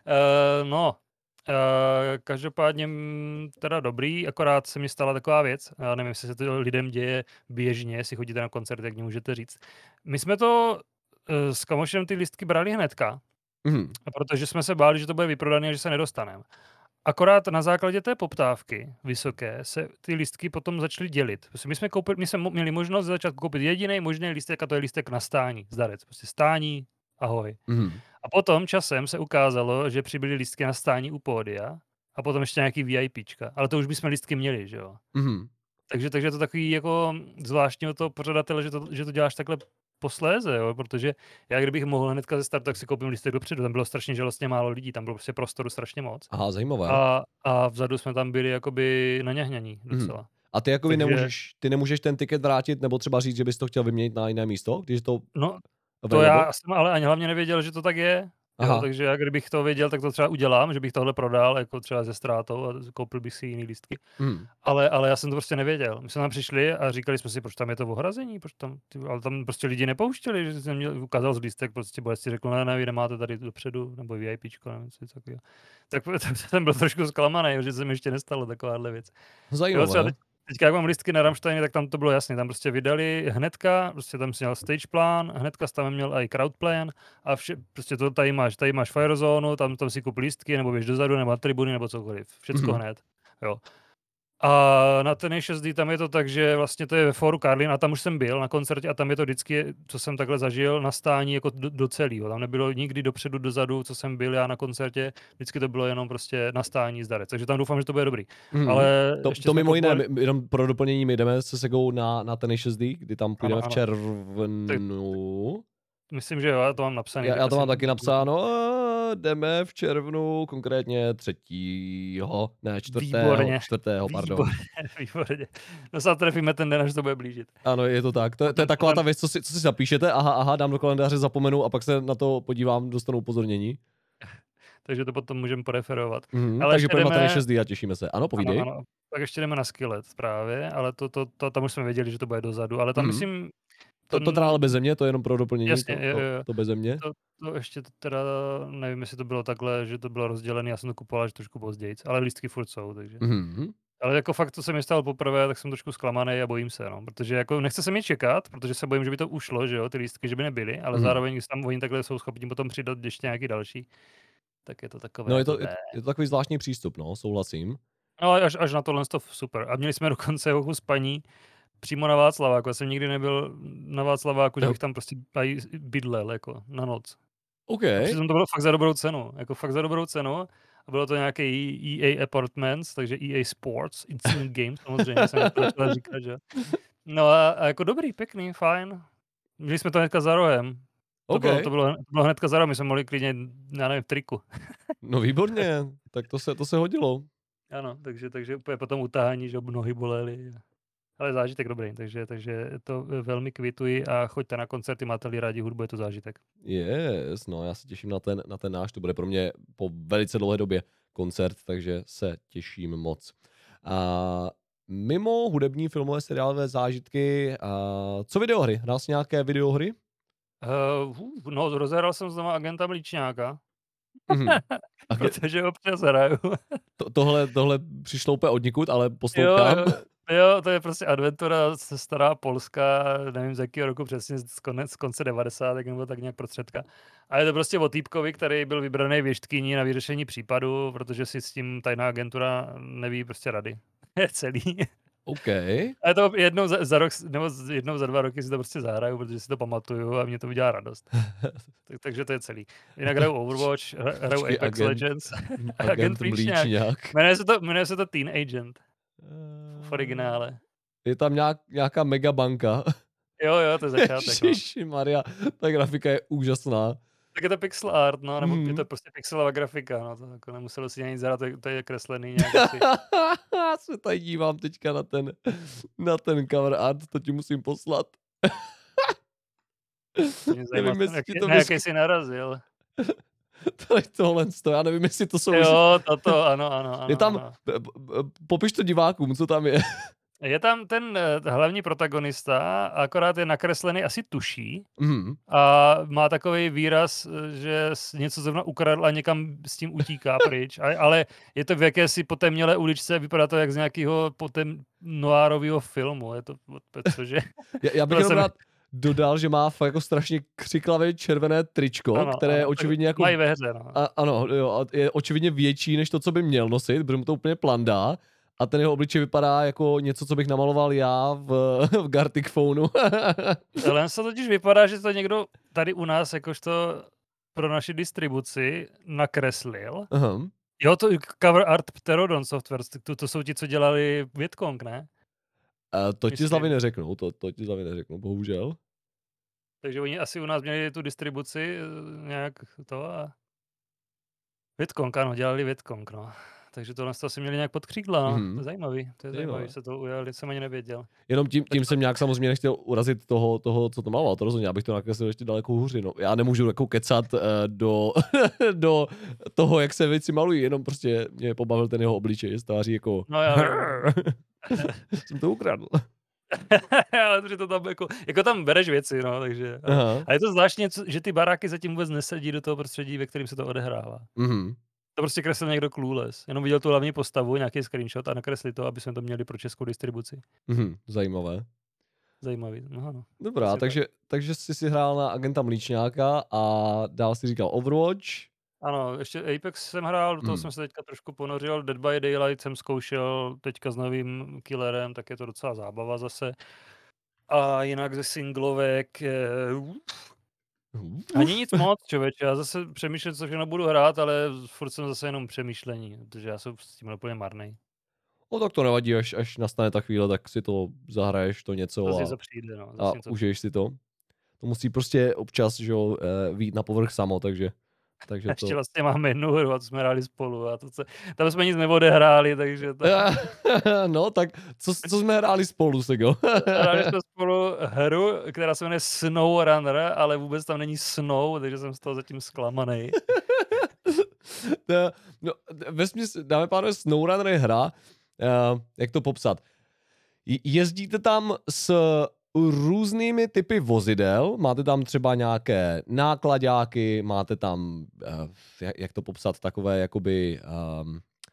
Uh, no, uh, každopádně mm, teda dobrý, akorát se mi stala taková věc, já nevím, jestli se to lidem děje běžně, jestli chodíte na koncert, jak mě můžete říct. My jsme to uh, s kamošem ty lístky brali hnedka, Mhm. protože jsme se báli, že to bude vyprodané a že se nedostaneme. Akorát na základě té poptávky vysoké se ty lístky potom začaly dělit. Prostě my jsme, koupili, my jsme mo- měli možnost začát koupit jediný možný lístek a to je lístek na stání, zdarec. Prostě stání, ahoj. Mhm. A potom časem se ukázalo, že přibyly lístky na stání u pódia a potom ještě nějaký VIPčka. Ale to už bychom lístky měli, že jo. Mhm. Takže, takže je to takový jako zvláštní od toho pořadatele, že to, že to děláš takhle posléze, jo, protože já kdybych mohl hnedka ze startu, tak si koupím lístek dopředu, tam bylo strašně žalostně málo lidí, tam bylo prostě prostoru strašně moc. Aha, zajímavé. A, a vzadu jsme tam byli jakoby naňahňaní docela. Mhm. A ty jakoby Takže- nemůžeš, ty nemůžeš ten tiket vrátit, nebo třeba říct, že bys to chtěl vyměnit na jiné místo, když je to No, to available? já jsem ale ani hlavně nevěděl, že to tak je. Jo, Aha. takže já kdybych to věděl, tak to třeba udělám, že bych tohle prodal jako třeba ze ztrátou a koupil bych si jiný lístky. Mhm. Ale, ale já jsem to prostě nevěděl. My jsme tam přišli a říkali jsme si, proč tam je to ohrazení, proč tam, ty, ale tam prostě lidi nepouštěli, že jsem měl, ukázal z lístek, prostě bo si řekl, ne, ne, vy nemáte tady dopředu, nebo VIPčko, nevím, co takového. Tak, tak jsem byl trošku zklamaný, že se mi ještě nestalo takováhle věc. Jo, třeba Zajímavé. teď, teďka jak mám lístky na Rammsteiny, tak tam to bylo jasně, tam prostě vydali hnedka, prostě tam si měl stage plán, hnedka tam měl i crowd plan a vše, prostě to tady máš, tady máš firezónu, tam, tam si kup lístky, nebo běž dozadu, nebo na tribuny, nebo cokoliv, všecko Mhm. hned, jo. A na ten šest dé tam je to tak, že vlastně to je ve Fóru Karlín a tam už jsem byl na koncertě a tam je to vždycky, co jsem takhle zažil, na stání jako do, do celého. Tam nebylo nikdy dopředu, dozadu, co jsem byl já na koncertě, vždycky to bylo jenom prostě na stání zdarec. Takže tam doufám, že to bude dobrý. Mhm. Ale To, ještě to jsme mimo jiné, kupovali- my- jenom pro doplnění, my jdeme se Segou na, na ten šest dé, kdy tam půjdeme Ano, v ano. červnu. Myslím, že jo, já to mám napsaný. Já, tak já to asi- mám taky napsáno, a jdeme v červnu, konkrétně třetího, ne, čtvrtého, Výborně. čtvrtého, pardon. Výborně, výborně. No se trefíme ten den, až to bude blížit. Ano, je to tak. To, je- to je taková ta věc, co si, co si zapíšete, aha, aha, dám do kalendáře, zapomenu a pak se na to podívám, dostanu upozornění. Takže to potom můžeme poreferovat. Mhm, Ale takže ještě pojďme na ten jdeme- šest dé a těšíme se. Ano, povídej. Ano, ano. Tak ještě jdeme na Skillet právě, ale to, to, to, tam už jsme věděli, že to bude dozadu, ale tam Mhm. myslím... To, to teda ale bez země, to je jenom pro doplnění, Jasně, to, jo, to, jo, jo. to bez země. To, to ještě to teda, nevím, jestli to bylo takhle, že to bylo rozdělené, já jsem to kupoval až trošku později, ale lístky furt jsou, takže. Mhm. Ale jako fakt, co se mi stalo poprvé, tak jsem trošku zklamaný a bojím se, no. Protože jako nechce se mi čekat, protože se bojím, že by to ušlo, že jo, ty lístky, že by nebyly, ale Mhm. zároveň, když tam oni takhle jsou schopni potom přidat ještě nějaký další, tak je to takové No je jako to, je, bé. je to takový zvláštní přístup, no, souhlasím. No až, až na tohle to super. A měli jsme dokonce hochu s paní přímo na Václaváku. Já jsem nikdy nebyl na Václaváku, že Jo. bych tam prostě aj bydlel jako na noc. OK. A přitom to bylo fakt za dobrou cenu. Jako fakt za dobrou cenu. A bylo to nějaké E A Apartments, takže E A Sports, Instant Games, samozřejmě jsem to začal říkat, že? No a, a jako dobrý, pěkný, fajn. Měli jsme to hnedka za rohem. To, OK. bylo, to, bylo, to bylo hnedka za rohem, my jsme mohli klidně, já nevím, v triku. No výborně, tak to se, to se hodilo. Ano, takže, takže úplně potom utáhání, že nohy bolely. Ale zážitek dobrý, takže, takže to velmi kvituji a choďte na koncerty, máte-li rádi hudbu, je to zážitek. Yes, no já se těším na ten, na ten náš, to bude pro mě po velice dlouhé době koncert, takže se těším moc. A mimo hudební, filmové, seriálové zážitky, a co videohry? Hrál jsi nějaké videohry? Uh, no, rozehral jsem znova agenta Mlíčňáka, Mhm. A kde, protože občas hraju. to, tohle, tohle přišlo úplně odnikud, ale Jo, poslouchám. jo, jo, to je prostě adventura se stará Polska, nevím z jakého roku přesně, z, konec, z konce devadesátek nebo tak nějak prostředka. A je to prostě o týpkovi, který byl vybraný věštkyní na vyřešení případu, protože si s tím tajná agentura neví prostě rady. Je celý. OK. A je to jednou za, za rok, nebo jednou za dva roky si to prostě zahraju, protože si to pamatuju a mě to udělá radost. tak, takže to je celý. Jinak hraju Overwatch, hra- hraju Počkej, Apex agent- Legends. Agent Mlíčňák. Mlíčňák. Jmenuje se to, jmenuje se to Teen Agent v originále. Je tam nějak, nějaká megabanka. Jo, jo, to je začátek. No. Ježišmarja, ta grafika je úžasná. Tak je to pixel art, no, nebo Mhm. je to prostě pixelová grafika, no, to jako nemuselo si nic zahrát, to, je- to je kreslený nějak asi. Já se tady dívám teďka na ten, na ten cover art, to ti musím poslat. To mě zajímá, Nevím, jestli jak, ti to na jaký vysky- jsi narazil. Tady tohle, to, já nevím, jestli to jsou... Jo, toto, ano, ano, ano. Je tam, ano. p- p- popiš to divákům, co tam je. Je tam ten eh, hlavní protagonista, akorát je nakreslený asi tuší Mhm. a má takový výraz, eh, že s- něco zrovna ukradl a někam s tím utíká pryč, a, ale je to v jakési potemnělé uličce, vypadá to jak z nějakého potem noárového filmu, je to, cože? Já, já bych To jenom jsem- rád dodal, že má fakt jako strašně křiklavé červené tričko, Ano, které je ano, očividně jako... Mají ve hře, no. A, ano, jo, a je očividně větší než to, co by měl nosit, protože mu to úplně plandá. A ten jeho obličej vypadá jako něco, co bych namaloval já v, v Gartic Phoneu. Len se totiž vypadá, že to někdo tady u nás jakožto pro naši distribuci nakreslil. Aha. Jo, to cover art Pterodon Software, to, to jsou ti, co dělali Vietcong, ne? A to ti Myslím. z hlavy neřeknu, to, to ti z hlavy neřeknu, bohužel. Takže oni asi u nás měli tu distribuci eh, nějak to a... Vietcong, ano, dělali Vietcong, no. Takže tohle to asi měli nějak pod křídla, no. Mhm. To je zajímavý, to je Zajímavé. zajímavý, se to ujali, jsem ani nevěděl. Jenom tím, tím Takže- jsem nějak samozřejmě nechtěl urazit toho, toho co to maloval, to rozhodně, abych to nakreslil ještě daleko hůři. No. Já nemůžu jako kecat uh, do, do toho, jak se věci malují, jenom prostě mě pobavil ten jeho obličej, stáří jako... No já jsem to ukradl. ale protože to tam jako, jako tam bereš věci, no, takže... Aha. A je to zvláštně, co- že ty baráky zatím vůbec nesedí do toho prostředí, ve kterém se to odehrává. Mhm. To prostě kreslil někdo clueless. Jenom viděl tu hlavní postavu, nějaký screenshot a nakresli to, aby jsme to měli pro českou distribuci. Mhm. Zajímavé. Zajímavý. No, ano. Dobrá, Asi takže, takže jsi si hrál na agenta Mlíčňáka a dál si říkal Overwatch. Ano, ještě Apex jsem hrál, do toho Hmm. jsem se teďka trošku ponořil. Dead by Daylight jsem zkoušel teďka s novým killerem, tak je to docela zábava zase. A jinak ze singlovek je... Ani nic moc, člověče. Já zase přemýšlím, co všechno budu hrát, ale furt jsem zase jenom přemýšlení, protože já jsem s tím úplně marnej. No tak to nevadí, až, až nastane ta chvíle, tak si to zahraješ to něco Zase a, něco přijde, no. a Zase něco užiješ si to. To musí prostě občas, že jo, eh, vyjít na povrch samo, takže, takže to... Ještě vlastně máme jednu hru a to jsme hráli spolu a to se, tam jsme nic neodehráli, takže to, no, tak co, co jsme hráli spolu, Sego? hráli jsme spolu hru, která se jmenuje SnowRunner, ale vůbec tam není snow, takže jsem z toho zatím zklamanej. No, no, vesměs, dáme pánové, SnowRunner je hra, uh, jak to popsat. J- Jezdíte tam s různými typy vozidel, máte tam třeba nějaké nákladáky, máte tam, uh, jak, jak to popsat, takové jakoby um,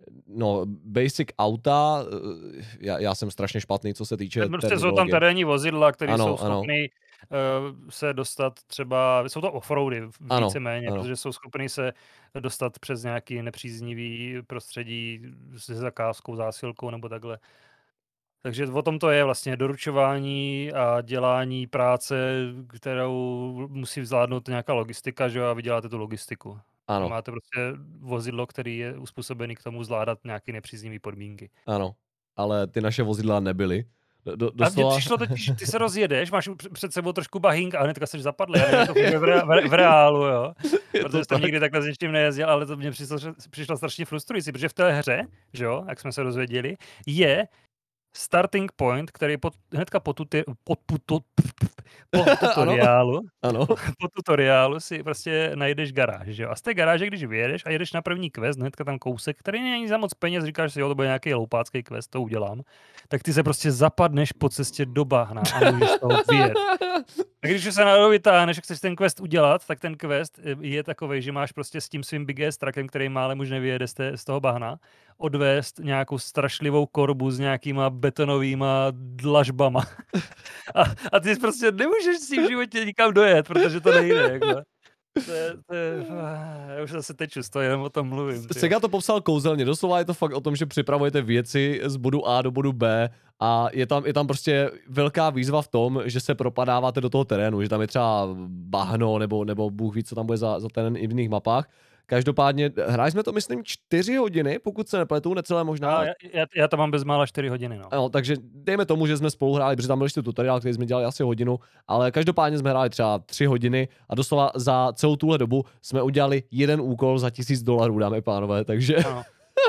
no, basic auta, já, já jsem strašně špatný, co se týče Prostě jsou tam terénní vozidla, které jsou schopny uh, se dostat třeba, jsou to offroady víceméně, protože jsou schopny se dostat přes nějaký nepříznivý prostředí se zakázkou, zásilkou nebo takhle. Takže o tom to je vlastně doručování a dělání práce, kterou musí zvládnout nějaká logistika, že jo, a vy děláte tu logistiku. Ano. Máte prostě vozidlo, který je uspůsobený k tomu zvládat nějaké nepříznivé podmínky. Ano, ale ty naše vozidla nebyly. Do, doslova... A mně přišlo totiž, ty se rozjedeš, máš před sebou trošku bahink a hnedka jsi zapadl. Já nevím, to v, v, v reálu, jo. Protože jsem tak. nikdy takhle s něčím nejezdil, ale to mě přišlo, přišlo strašně frustrující, protože v té hře, že jo, jak jsme se dozvěděli, je starting point, který pod, hnedka po, tuti, pod, pod, pod, po tutoriálu, ano. Po, po tutoriálu si prostě najdeš garáž, že jo? A z té garáže, když vyjedeš a jedeš na první quest, hnedka tam kousek, který není za moc peněz, říkáš si, jo, to bude nějaký loupácký quest, to udělám, tak ty se prostě zapadneš po cestě do bahna a můžeš z toho vyjet. A když se na vytáhneš a chceš ten quest udělat, tak ten quest je takovej, že máš prostě s tím svým big ass truckem, který málem už nevyjede z, té, z toho bahna, odvést nějakou strašlivou korbu s nějakýma betonovýma dlažbama. A, a ty prostě nemůžeš s tím v životě nikam dojet, protože to nejde. Jako. To je, to je, já už zase teču, to jenom o tom mluvím. Tyjo. Sega to popsal kouzelně, doslova je to fakt o tom, že připravujete věci z bodu A do bodu B a je tam, je tam prostě velká výzva v tom, že se propadáváte do toho terénu, že tam je třeba bahno nebo, nebo Bůh ví, co tam bude za, za terén i v jiných mapách. Každopádně hráli jsme to, myslím, čtyři hodiny, pokud se nepletu, necelé možná. No, já, já, já to mám bezmála čtyři hodiny, no. no. Takže dejme tomu, že jsme spolu hráli, protože tam byl ještě tutoriál, který jsme dělali asi hodinu, ale každopádně jsme hráli třeba tři hodiny a doslova za celou tuhle dobu jsme udělali jeden úkol za tisíc dolarů, dámy a pánové, takže... No.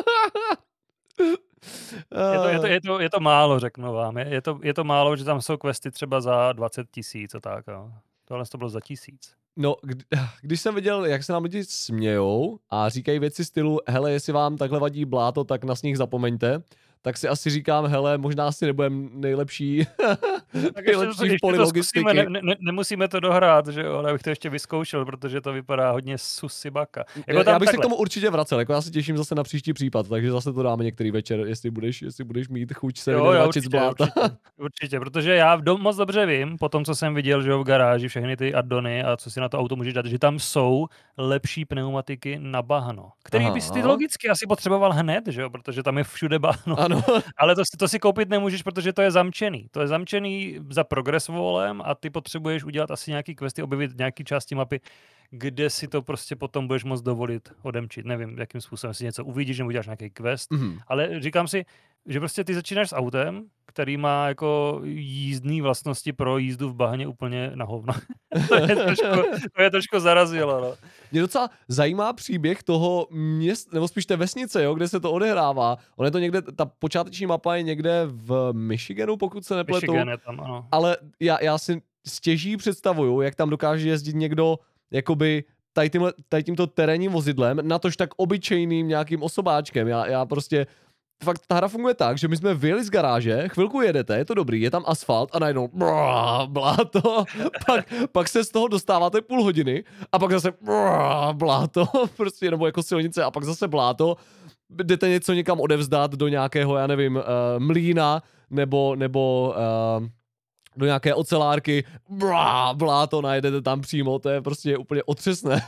je, to, je, to, je, to, je to málo, řeknu vám. Je, je, to, je to málo, že tam jsou questy třeba za dvacet tisíc a tak, jo. Tohle to bylo za tisíc. No, kdy, když jsem viděl, jak se nám lidi smějou a říkají věci stylu, hele, jestli vám takhle vadí bláto, tak na sníh zapomeňte, tak si asi říkám, hele, možná asi nebudem nejlepší, tak nejlepší v poli logistiky. Ne, ne, nemusíme to dohrát, že jo, ale abych to ještě vyzkoušel, protože to vypadá hodně susibaka. Jako já bych takhle. se k tomu určitě vracel, jako já se těším zase na příští případ, takže zase to dáme některý večer, jestli budeš, jestli budeš mít chuť se vydáčit z bláta. Určitě, určitě, protože já do, moc dobře vím, po tom, co jsem viděl, že jo, v garáži, všechny ty addony a co si na to auto můžeš dát, že tam jsou lepší pneumatiky na bahno, který aha, bys ty logicky asi potřeboval hned, že jo, protože tam je všude bahno. Ano. Ale to si, to si koupit nemůžeš, protože to je zamčený. To je zamčený za progress volem a ty potřebuješ udělat asi nějaký questy, objevit nějaký části mapy, kde si to prostě potom budeš moct dovolit odemčit. Nevím, jakým způsobem si něco uvidíš, nebo uděláš nějaký quest. Mm-hmm. Ale říkám si, že prostě ty začínáš s autem, který má jako jízdní vlastnosti pro jízdu v bahně úplně na hovno. to, je trošku, to je trošku zarazilo. No. Mě docela zajímá příběh toho města, nebo spíš té vesnice, jo, kde se to odehrává. On je to někde, ta počáteční mapa je někde v Michiganu, pokud se nepletu. Michigan je tam, ano. Ale já, já si stěží představuju, jak tam dokáže jezdit někdo, jakoby tady, tímhle, tady tímto terénním vozidlem, natož tak obyčejným nějakým osobáčkem. Já, já prostě... Fakt ta hra funguje tak, že my jsme vyjeli z garáže, chvilku jedete, je to dobrý, je tam asfalt a najednou brá, bláto, pak, pak se z toho dostáváte půl hodiny a pak zase brá, bláto, prostě nebo jako silnice a pak zase bláto, jdete něco někam odevzdat do nějakého, já nevím, uh, mlýna nebo, nebo uh, do nějaké ocelárky, brá, bláto, najdete tam přímo, to je prostě úplně otřesné.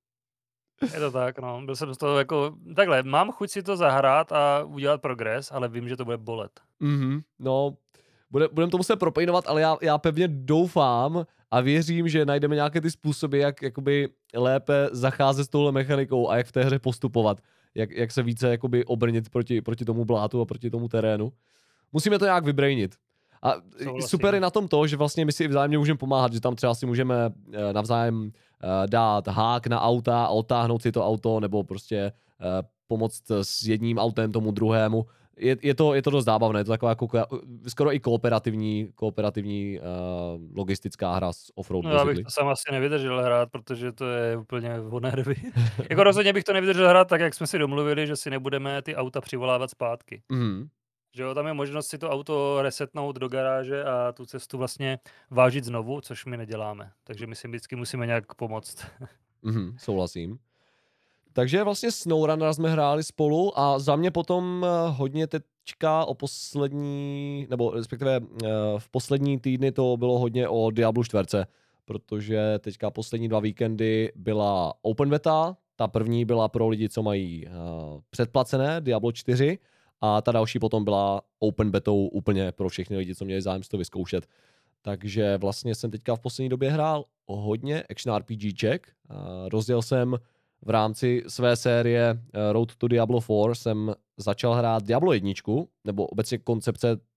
Je to tak, no. Byl jsem z toho jako... Takhle, mám chuť si to zahrát a udělat progres, ale vím, že to bude bolet. Mhm, no, bude, budeme to muset propejnovat, ale já, já pevně doufám a věřím, že najdeme nějaké ty způsoby, jak jakoby lépe zacházet s touhle mechanikou a jak v té hře postupovat. Jak, jak se více jakoby obrnit proti, proti tomu blátu a proti tomu terénu. Musíme to nějak vybrejnit. A souhlasím. Super je na tom to, že vlastně my si vzájemně můžeme pomáhat, že tam třeba si můžeme navzájem dát hák na auta a otáhnout si to auto, nebo prostě pomoct s jedním autem tomu druhému. Je, je, to, je to dost zábavné, je to taková jako, skoro i kooperativní, kooperativní uh, logistická hra s offroad no, já bych to sám asi nevydržel hrát, protože to je úplně o nervy. Jako rozhodně bych to nevydržel hrát tak, jak jsme si domluvili, že si nebudeme ty auta přivolávat zpátky. Mm. Že jo, tam je možnost si to auto resetnout do garáže a tu cestu vlastně vážit znovu, což my neděláme. Takže my si vždycky musíme nějak pomoct. Mm, souhlasím. takže vlastně SnowRunner jsme hráli spolu a za mě potom hodně teďka o poslední, nebo respektive v poslední týdny to bylo hodně o Diablu čtyři, protože teďka poslední dva víkendy byla Open Beta, ta první byla pro lidi, co mají uh, předplacené Diablo čtyři a ta další potom byla Open Betou úplně pro všechny lidi, co měli zájem si to vyzkoušet. Takže vlastně jsem teďka v poslední době hrál hodně action RPGček. Uh, rozděl jsem v rámci své série uh, Road to Diablo čtyři jsem začal hrát Diablo jedna, nebo obecně koncepce uh,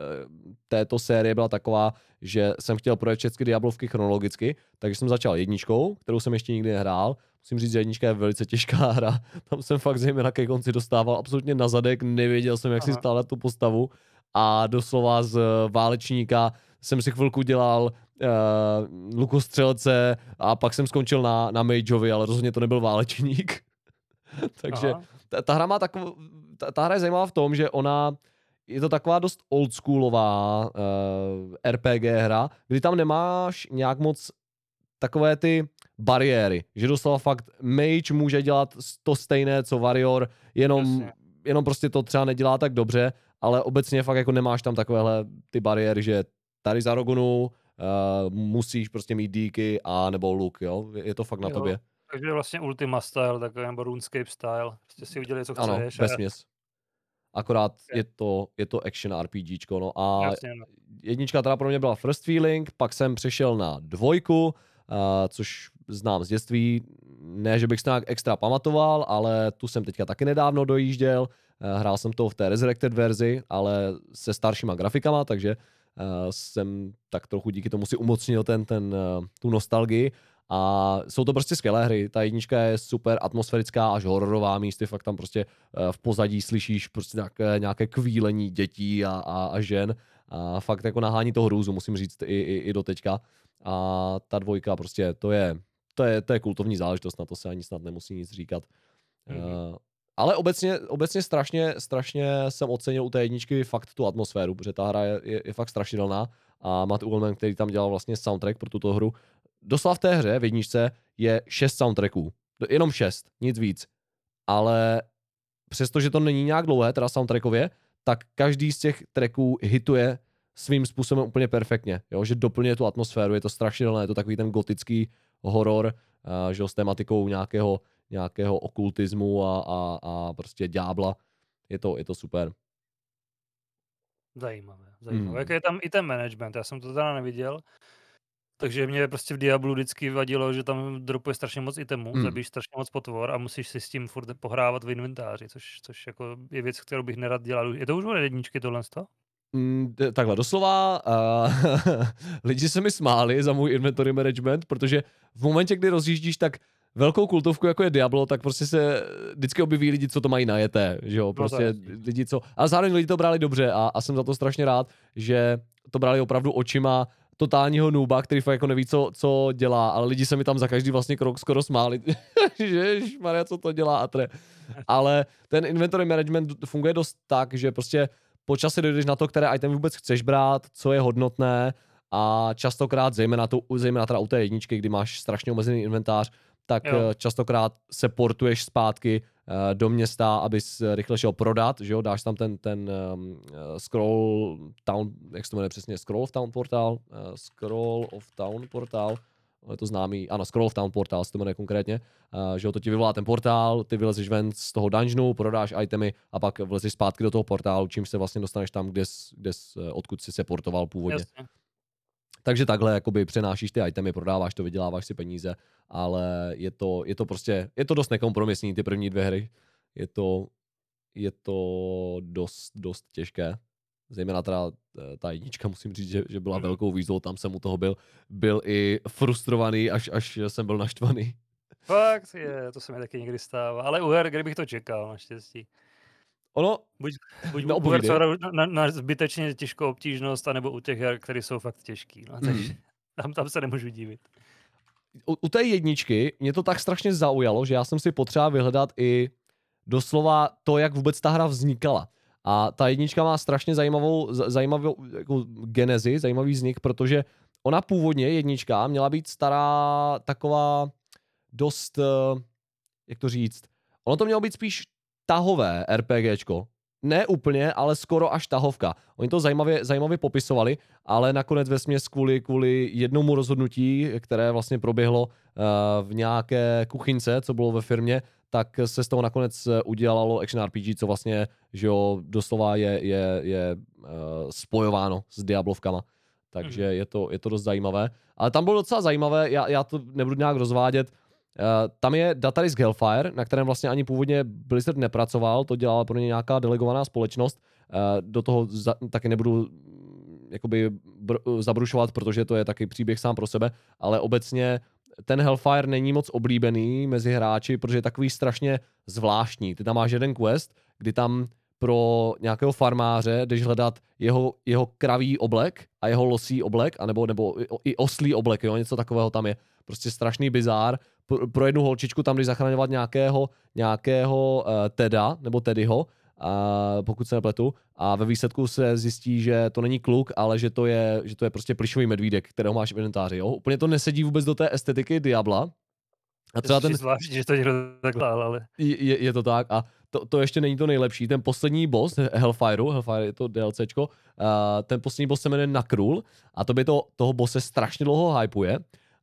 této série byla taková, že jsem chtěl projet všechny Diablovky chronologicky, takže jsem začal jedničkou, kterou jsem ještě nikdy nehrál. Musím říct, že jednička je velice těžká hra. Tam jsem fakt zejména ke konci dostával absolutně na zadek, nevěděl jsem, jak Aha. si stálet tu postavu a doslova z válečníka jsem si chvilku dělal uh, lukostřelce a pak jsem skončil na, na mageovi, ale rozhodně to nebyl válečník. Takže ta, ta hra má takovou, ta, ta hra je zajímavá v tom, že ona je to taková dost oldschoolová uh, R P G hra, kdy tam nemáš nějak moc takové ty bariéry, že doslova fakt mage může dělat to stejné, co warrior, jenom, jenom prostě to třeba nedělá tak dobře, ale obecně fakt jako nemáš tam takovéhle ty bariéry, že tady za Rogunu uh, musíš prostě mít díky a nebo luk, jo, je to fakt na jo, tobě. Takže vlastně Ultima style, takový, nebo RuneScape style, prostě si udělej, co ano, chceš. Ano, vesměs. Akorát je to, je to action RPGčko, no a Jasně, no. jednička teda pro mě byla first feeling, pak jsem přešel na dvojku, Uh, což znám z dětství, ne, že bych se nějak extra pamatoval, ale tu jsem teďka taky nedávno dojížděl, uh, hrál jsem to v té Resurrected verzi, ale se staršíma grafikama, takže uh, jsem tak trochu díky tomu si umocnil ten, ten, uh, tu nostalgii a jsou to prostě skvělé hry, ta jednička je super atmosférická až hororová, místy fakt tam prostě uh, v pozadí slyšíš prostě nějaké, nějaké kvílení dětí a, a, a žen a fakt jako nahání toho hrůzu, musím říct i, i, i do teďka. A ta dvojka prostě, to je, to je, to je kultovní záležitost, na to se ani snad nemusí nic říkat. Mm-hmm. Uh, ale obecně, obecně strašně, strašně jsem ocenil u té jedničky fakt tu atmosféru, protože ta hra je, je, je fakt strašidelná a Matt Uelmen, který tam dělal vlastně soundtrack pro tuto hru, doslova v té hře v jedničce je šest soundtracků, jenom šest, nic víc, ale přestože to není nějak dlouhé, teda soundtrackově, tak každý z těch tracků hituje svým způsobem úplně perfektně, jo? Že doplňuje tu atmosféru, je to strašidelné, je to takový ten gotický horor, uh, že s tématikou nějakého, nějakého okultismu a, a, a prostě ďábla, je to, je to super. Zajímavé, zajímavé. Hmm. Jak je tam i ten management, já jsem to teda neviděl, takže mě prostě v Diablu vždycky vadilo, že tam dropuje strašně moc itemů, hmm. zabíš strašně moc potvor a musíš si s tím furt pohrávat v inventáři, což, což jako je věc, kterou bych nerad dělal. Je to už od jedničky tohle z toho? Mm, takhle, doslova uh, lidi se mi smáli za můj inventory management, protože v momentě, kdy rozjíždíš tak velkou kultovku, jako je Diablo, tak prostě se vždycky objeví lidi, co to mají najeté, že jo, prostě no lidi, co... Ale zároveň lidi to brali dobře a, a jsem za to strašně rád, že to brali opravdu očima totálního nooba, který fakt jako neví, co, co dělá, ale lidi se mi tam za každý vlastně krok skoro smáli, že ježišmarja, co to dělá a tre. Ale ten inventory management funguje dost tak, že prostě po čase dojdeš na to, které item vůbec chceš brát, co je hodnotné a častokrát, zejména, tu, zejména teda u té jedničky, kdy máš strašně omezený inventář, tak jo. častokrát se portuješ zpátky uh, do města, abys rychle šel prodat, že jo, dáš tam ten, ten um, scroll town, jak se to jmenuje přesně, scroll of town portál, uh, scroll of town portál, je to známý, ano, Scroll of Town portál se to jmenuje konkrétně, uh, že jo, to ti vyvolá ten portál, ty vylezeš ven z toho dungeonu, prodáš itemy a pak vlezeš zpátky do toho portálu, čímž se vlastně dostaneš tam, kde, kde, odkud jsi se portoval původně. Jasně. Takže takhle jakoby přenášíš ty itemy, prodáváš to, vyděláváš si peníze, ale je to, je to prostě, je to dost nekompromisní ty první dvě hry. Je to, je to dost, dost těžké. Zejména teda ta jednička, musím říct, že, že byla mm. velkou výzvou, tam jsem u toho byl, byl i frustrovaný, až, až jsem byl naštvaný. Fakt je, to se mi taky někdy stává, ale u her, kdybych to čekal, naštěstí. Ono, buď, buď no, u her, co na, na zbytečně těžkou obtížnost, anebo u těch her, které jsou fakt těžký, no, takže mm. tam, tam se nemůžu divit. U, u té jedničky mě to tak strašně zaujalo, že já jsem si potřeboval vyhledat i doslova to, jak vůbec ta hra vznikala. A ta jednička má strašně zajímavou, zajímavou jako genezi, zajímavý vznik, protože ona původně, jednička, měla být stará taková dost, jak to říct, ono to mělo být spíš tahové RPGčko. Ne úplně, ale skoro až tahovka. Oni to zajímavě, zajímavě popisovali, ale nakonec vesměs kvůli, kvůli jednomu rozhodnutí, které vlastně proběhlo uh, v nějaké kuchynce, co bylo ve firmě, tak se z toho nakonec udělalo action R P G, co vlastně, že jo, doslova je, je, je uh, spojováno s Diablovkama. Takže mm. je, to, je to dost zajímavé. Ale tam bylo docela zajímavé, já, já to nebudu nějak rozvádět. Uh, tam je Datarisk Hellfire, na kterém vlastně ani původně Blizzard nepracoval, to dělala pro ně nějaká delegovaná společnost. Uh, do toho za, taky nebudu jakoby br- zabrušovat, protože to je taky příběh sám pro sebe, ale obecně ten Hellfire není moc oblíbený mezi hráči, protože je takový strašně zvláštní. Ty tam máš jeden quest, kdy tam pro nějakého farmáře jdeš hledat jeho, jeho kraví oblek a jeho losí oblek, anebo, nebo i oslí oblek, jo? Něco takového tam je. Prostě strašný bizár. Pro jednu holčičku tam jdeš zachraňovat nějakého, nějakého uh, Teda, nebo Teddyho, uh, pokud se nepletu, a ve výsledku se zjistí, že to není kluk, ale že to je, že to je prostě plyšový medvídek, kterého máš v inventáři. Jo? Úplně to nesedí vůbec do té estetiky Diabla. A třeba ten... zvláštní, že to někdo takhle, ale... Je, je to tak a to, to ještě není to nejlepší. Ten poslední boss Hellfireu, Hellfire je to DLCčko, uh, ten poslední boss se jmenuje Nakrul a to by to, toho bosse strašně dlouho hypuje.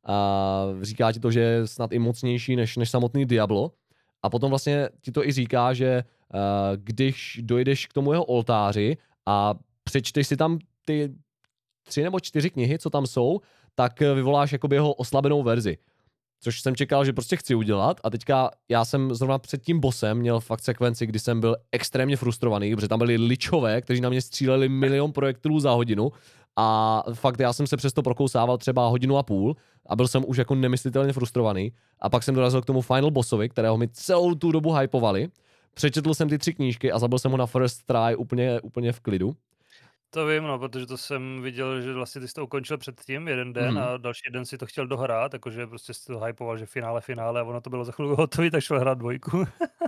Uh, říká ti to, že je snad i mocnější než, než samotný Diablo. A potom vlastně ti to i říká, že uh, když dojdeš k tomu jeho oltáři a přečteš si tam ty tři nebo čtyři knihy, co tam jsou, tak vyvoláš jakoby jeho oslabenou verzi. Což jsem čekal, že prostě chci udělat a teďka já jsem zrovna před tím bossem měl fakt sekvenci, kdy jsem byl extrémně frustrovaný, protože tam byli ličové, kteří na mě stříleli milion projektilů za hodinu a fakt já jsem se přesto prokousával třeba hodinu a půl a byl jsem už jako nemyslitelně frustrovaný a pak jsem dorazil k tomu final bossovi, kterého mi celou tu dobu hypovali, přečetl jsem ty tři knížky a zabil jsem ho na first try úplně, úplně v klidu. To vím, no, protože to jsem viděl, že vlastně ty jsi to ukončil předtím jeden den mm. a další den si to chtěl dohrát, jakože prostě si to hypoval, že finále, finále a ono to bylo za chvilku hotový, tak šel hrát dvojku.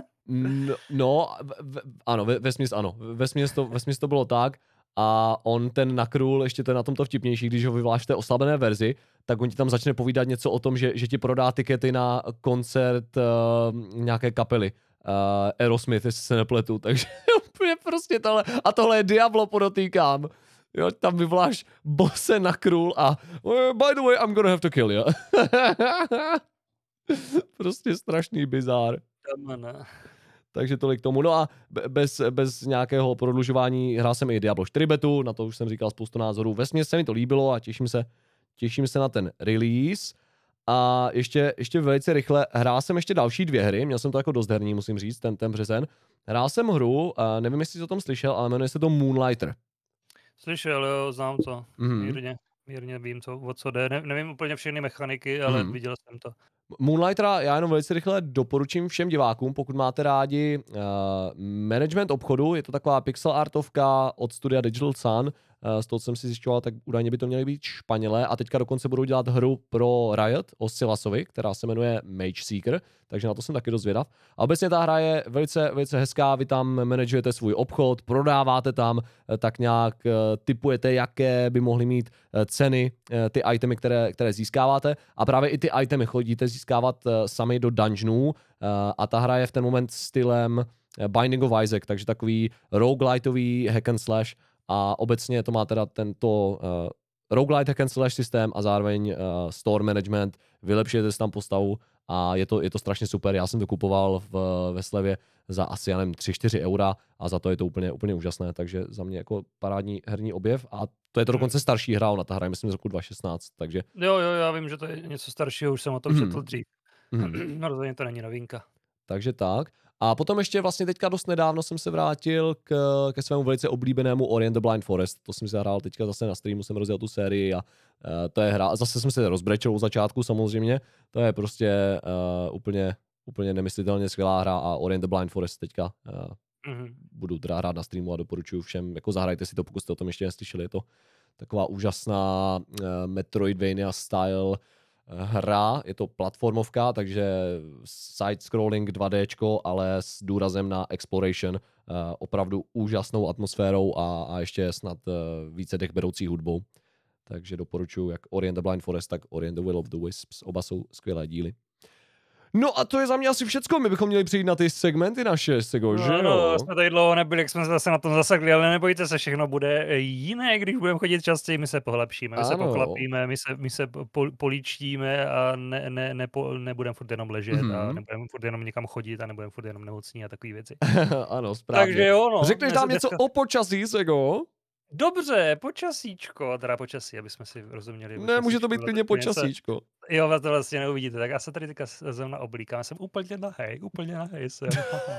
no, no v, v, ano, ve, vesměs ano, vesměs to, vesměs to bylo tak a on ten Nakrul, ještě to je na tom to vtipnější, když ho vyvoláš v té oslabené verzi, tak on ti tam začne povídat něco o tom, že, že ti prodá tikety na koncert uh, nějaké kapely. Uh, Aerosmith, jestli se nepletu, takže úplně prostě tohle, a tohle je Diablo, podotýkám. Jo, tam vyvoláš bosse Nakrul a oh, by the way, I'm gonna have to kill you. Prostě strašný bizár. Takže tolik k tomu. No a bez, bez nějakého prodlužování hrál jsem i Diablo čtyři betu, na to už jsem říkal spoustu názorů. Vesměs se mi to líbilo a těším se, těším se na ten release. A ještě, ještě velice rychle, hrál jsem ještě další dvě hry, měl jsem to jako dost herní, musím říct, ten, ten březen. Hrál jsem hru, nevím, jestli jsi o tom slyšel, ale jmenuje se to Moonlighter. Slyšel, jo, znám to, mm. mírně, mírně vím, co, o co jde. Ne, nevím úplně všechny mechaniky, ale mm. viděl jsem to. Moonlightera já jenom velice rychle doporučím všem divákům, pokud máte rádi uh, management obchodu, je to taková pixel artovka od studia Digital Sun, uh, z toho jsem si zjišťoval, tak údajně by to měly být Španělé a teďka dokonce budou dělat hru pro Riot o Silasovi, která se jmenuje Mage Seeker, takže na to jsem taky dost zvědav. A obecně ta hra je velice, velice hezká, vy tam manažujete svůj obchod, prodáváte tam, tak nějak uh, tipujete, jaké by mohly mít uh, ceny, uh, ty itemy, které, které získáváte a právě i ty itemy chodíte získávat uh, sami do dungeonů uh, a ta hra je v ten moment stylem Binding of Isaac, takže takový rogueliteový hack and slash a obecně to má teda tento uh, roguelite hack and slash systém a zároveň uh, store management, vylepšujete si tam postavu a je to, je to strašně super. Já jsem to kupoval v, ve slevě za asi, já nevím, tři čtyři eura a za to je to úplně, úplně úžasné, takže za mě jako parádní herní objev a to je to dokonce starší hra, ona ta hra je myslím z roku dva tisíce šestnáct, takže... Jo, jo, já vím, že to je něco staršího, už jsem o tom mm. četl dřív. Mm. No rozhodně to není novinka. Takže tak. A potom ještě vlastně teďka dost nedávno jsem se vrátil k, ke svému velice oblíbenému Ori and the Blind Forest. To jsem si zahrál teďka zase na streamu, jsem rozjel tu sérii a uh, to je hra. Zase jsem se rozbrečel u začátku samozřejmě. To je prostě uh, úplně, úplně nemyslitelně skvělá hra a Ori and the Blind Forest teďka uh, mm-hmm. budu teda hrát na streamu a doporučuji všem, jako zahrajte si to, pokud jste o tom ještě neslyšeli. Je to taková úžasná uh, Metroidvania style hra, je to platformovka, takže side-scrolling dva déčko, ale s důrazem na exploration, uh, opravdu úžasnou atmosférou a, a ještě snad uh, více dechberoucí hudbou. Takže doporučuji jak Ori and the Blind Forest, tak Ori and the Will of the Wisps. Oba jsou skvělé díly. No a to je za mě asi všecko, my bychom měli přijít na ty segmenty naše, Sego, že No, jo? no, jsme tady dlouho nebyli, jak jsme se zase na tom zasekli, ale nebojte se, všechno bude jiné, když budeme chodit častěji, my se pohlepšíme, my se Ano. pochlapíme, my se, my se po, políčtíme a ne, ne, ne, nebudeme furt jenom ležet a Mhm. nebudeme furt jenom někam chodit a nebudeme furt jenom nemocní a takové věci. Ano, správně. Takže jo, no. Řekneš nám něco dneska... o počasí, Sego? Dobře, počasíčko, teda počasí, aby jsme si rozuměli. Ne, může to být klidně počasíčko. Jo, vás to vlastně neuvidíte, tak já se tady teďka zrovna oblíkám, já jsem úplně nahej, úplně nahej jsem.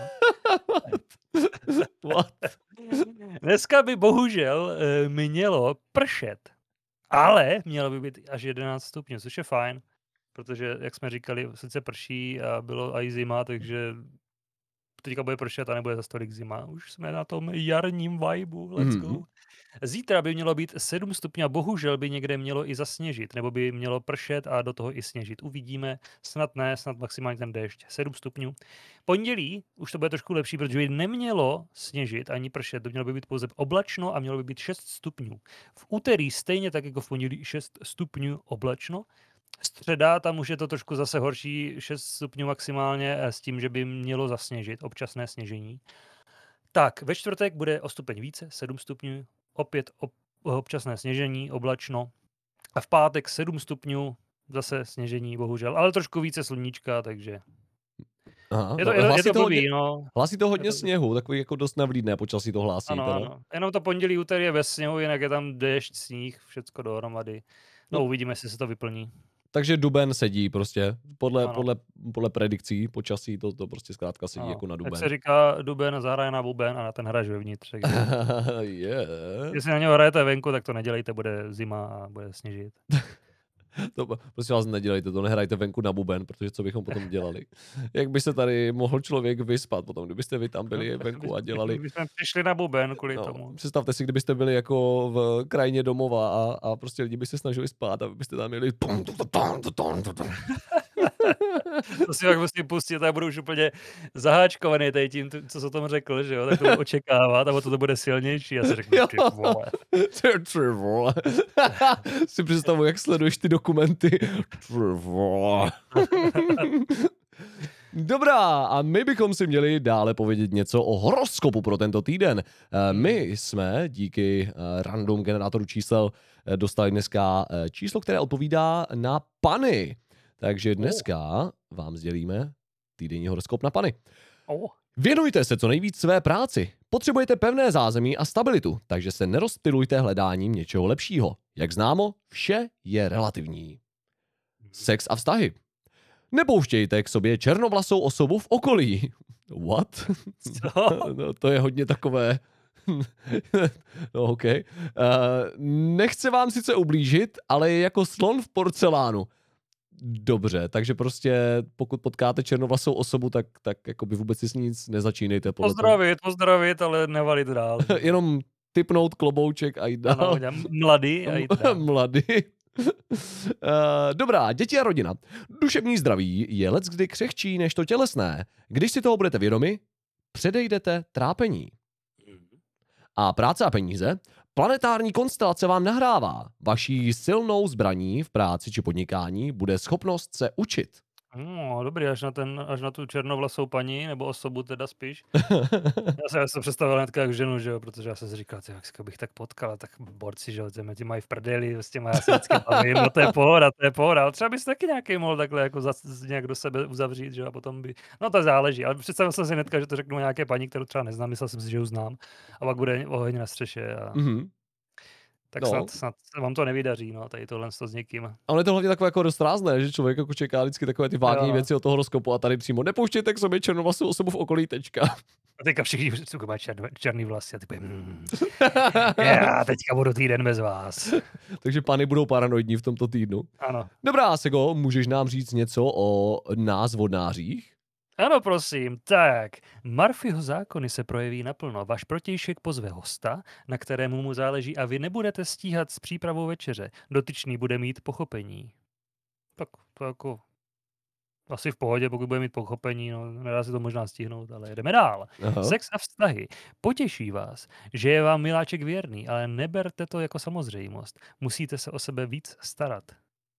What? Dneska by bohužel e, mělo pršet, ale mělo by být až jedenáct stupňů, což je fajn, protože, jak jsme říkali, sice prší a bylo i zima, takže teďka bude pršet a nebude za tolik zima. Už jsme na tom jarním vibu, let's go. Mm-hmm. Zítra by mělo být sedm stupňů a bohužel by někde mělo i zasněžit, nebo by mělo pršet a do toho i sněžit. Uvidíme, snad ne, snad maximálně ten déšť, sedm stupňů. Pondělí už to bude trošku lepší, protože by nemělo sněžit ani pršet, to mělo by být pouze oblačno a mělo by být šest stupňů. V úterý stejně tak jako v pondělí šest stupňů oblačno. Středa, tam už je to trošku zase horší, šest stupňů maximálně s tím, že by mělo zasněžit, občasné sněžení. Tak, ve čtvrtek bude o stupeň více, sedm stupňů, opět ob, občasné sněžení, oblačno. A v pátek sedm stupňů, zase sněžení, bohužel, ale trošku více sluníčka, takže... Aha, je to, no, je to, hlásí je to, to blbý, hodně, no. hlásí to hodně to... sněhu, takový jako dost navlídné počasí to hlásí. Ano, teda. ano. Jenom to pondělí, úterý je bez sněhu, jinak je tam déšť, sníh, všecko dohromady. No, no uvidíme, jestli se to vyplní. Takže duben sedí prostě, podle, podle, podle predikcí počasí to, to prostě zkrátka sedí ano. jako na duben. Tak se říká, duben zahraje na buben a na ten hraješ vevnitř. Takže... yeah. Jestli na něho hrajete venku, tak to nedělejte, bude zima a bude sněžit. To prostě vás nedělejte, to nehrajte venku na buben, protože co bychom potom dělali? Jak by se tady mohl člověk vyspat potom, kdybyste vy tam byli venku a dělali... Kdybyste přišli na buben kvůli no, tomu. Představte si, kdybyste byli jako v krajině domova a, a prostě lidi by se snažili spát a vy byste tam měli... To si pak musím pustit a budu už úplně zaháčkovaný tady tím, co jsi tom řekl, že jo, tak to budu očekávat a to bude silnější a si řeknu, ty vole. Ty vole. Si představuji, jak sleduješ ty dokumenty. Ty vole. Dobrá, a my bychom si měli dále povědět něco o horoskopu pro tento týden. My jsme díky random generátoru čísel dostali dneska číslo, které odpovídá na Pany. Takže dneska vám sdělíme týdenní horoskop na Pany. Věnujte se co nejvíc své práci. Potřebujete pevné zázemí a stabilitu, takže se nerozptylujte hledáním něčeho lepšího. Jak známo, vše je relativní. Sex a vztahy. Nepouštějte k sobě černovlasou osobu v okolí. What? Co? No, to je hodně takové... no, OK. Uh, nechce vám sice ublížit, ale je jako slon v porcelánu. Dobře, takže prostě pokud potkáte černovlasou osobu, tak, tak jako by vůbec si s nic nezačínejte. Pozdravit, pozdravit, ale nevalit dál. Jenom typnout klobouček a jít dál. Ano, mladý a jít dál. Mladý. uh, dobrá, děti a rodina. Duševní zdraví je leckdy křehčí než to tělesné. Když si toho budete vědomi, předejdete trápení. A práce a peníze? Planetární konstelace vám nahrává. Vaší silnou zbraní v práci či podnikání bude schopnost se učit. No, dobrý, až na, ten, až na tu černovlasou paní, nebo osobu teda spíš. Já jsem se představil hnedka jak ženu, že jo, protože já jsem si říkal, jak bych tak potkal, tak borci, že jo, ty mají v prdeli, s těma já se vždycky bavím, no to je pohoda, to je pohoda, ale třeba bys taky nějaký mohl takhle jako za, nějak do sebe uzavřít, že jo, a potom by, no to záleží, ale představil jsem si hnedka, že to řeknu nějaké paní, kterou třeba neznám, myslel jsem si, že ji znám, a pak bude oheň na střeše a... Mm-hmm. Tak no. snad, snad vám to nevydaří, no, tady tohle s někým. Ale je to hlavně takové jako dost rázné, že člověk jako čeká vždycky takové ty vágní jo. věci od toho horoskopu a tady přímo nepouštějte k sobě černovlasou osobu v okolí, tečka. A teďka všichni mají černý, černý vlasy a ty povím, mm, já teďka budu týden bez vás. Takže pány budou paranoidní v tomto týdnu. Ano. Dobrá, Sego, můžeš nám říct něco o nás vodnářích? Ano, prosím. Tak, Murphyho zákony se projeví naplno. Váš protějšek pozve hosta, na kterému mu záleží a vy nebudete stíhat s přípravou večeře. Dotyčný bude mít pochopení. Tak to jako asi v pohodě, pokud bude mít pochopení, no, nedá se to možná stihnout, ale jdeme dál. Aha. Sex a vztahy. Potěší vás, že je vám miláček věrný, ale neberte to jako samozřejmost. Musíte se o sebe víc starat.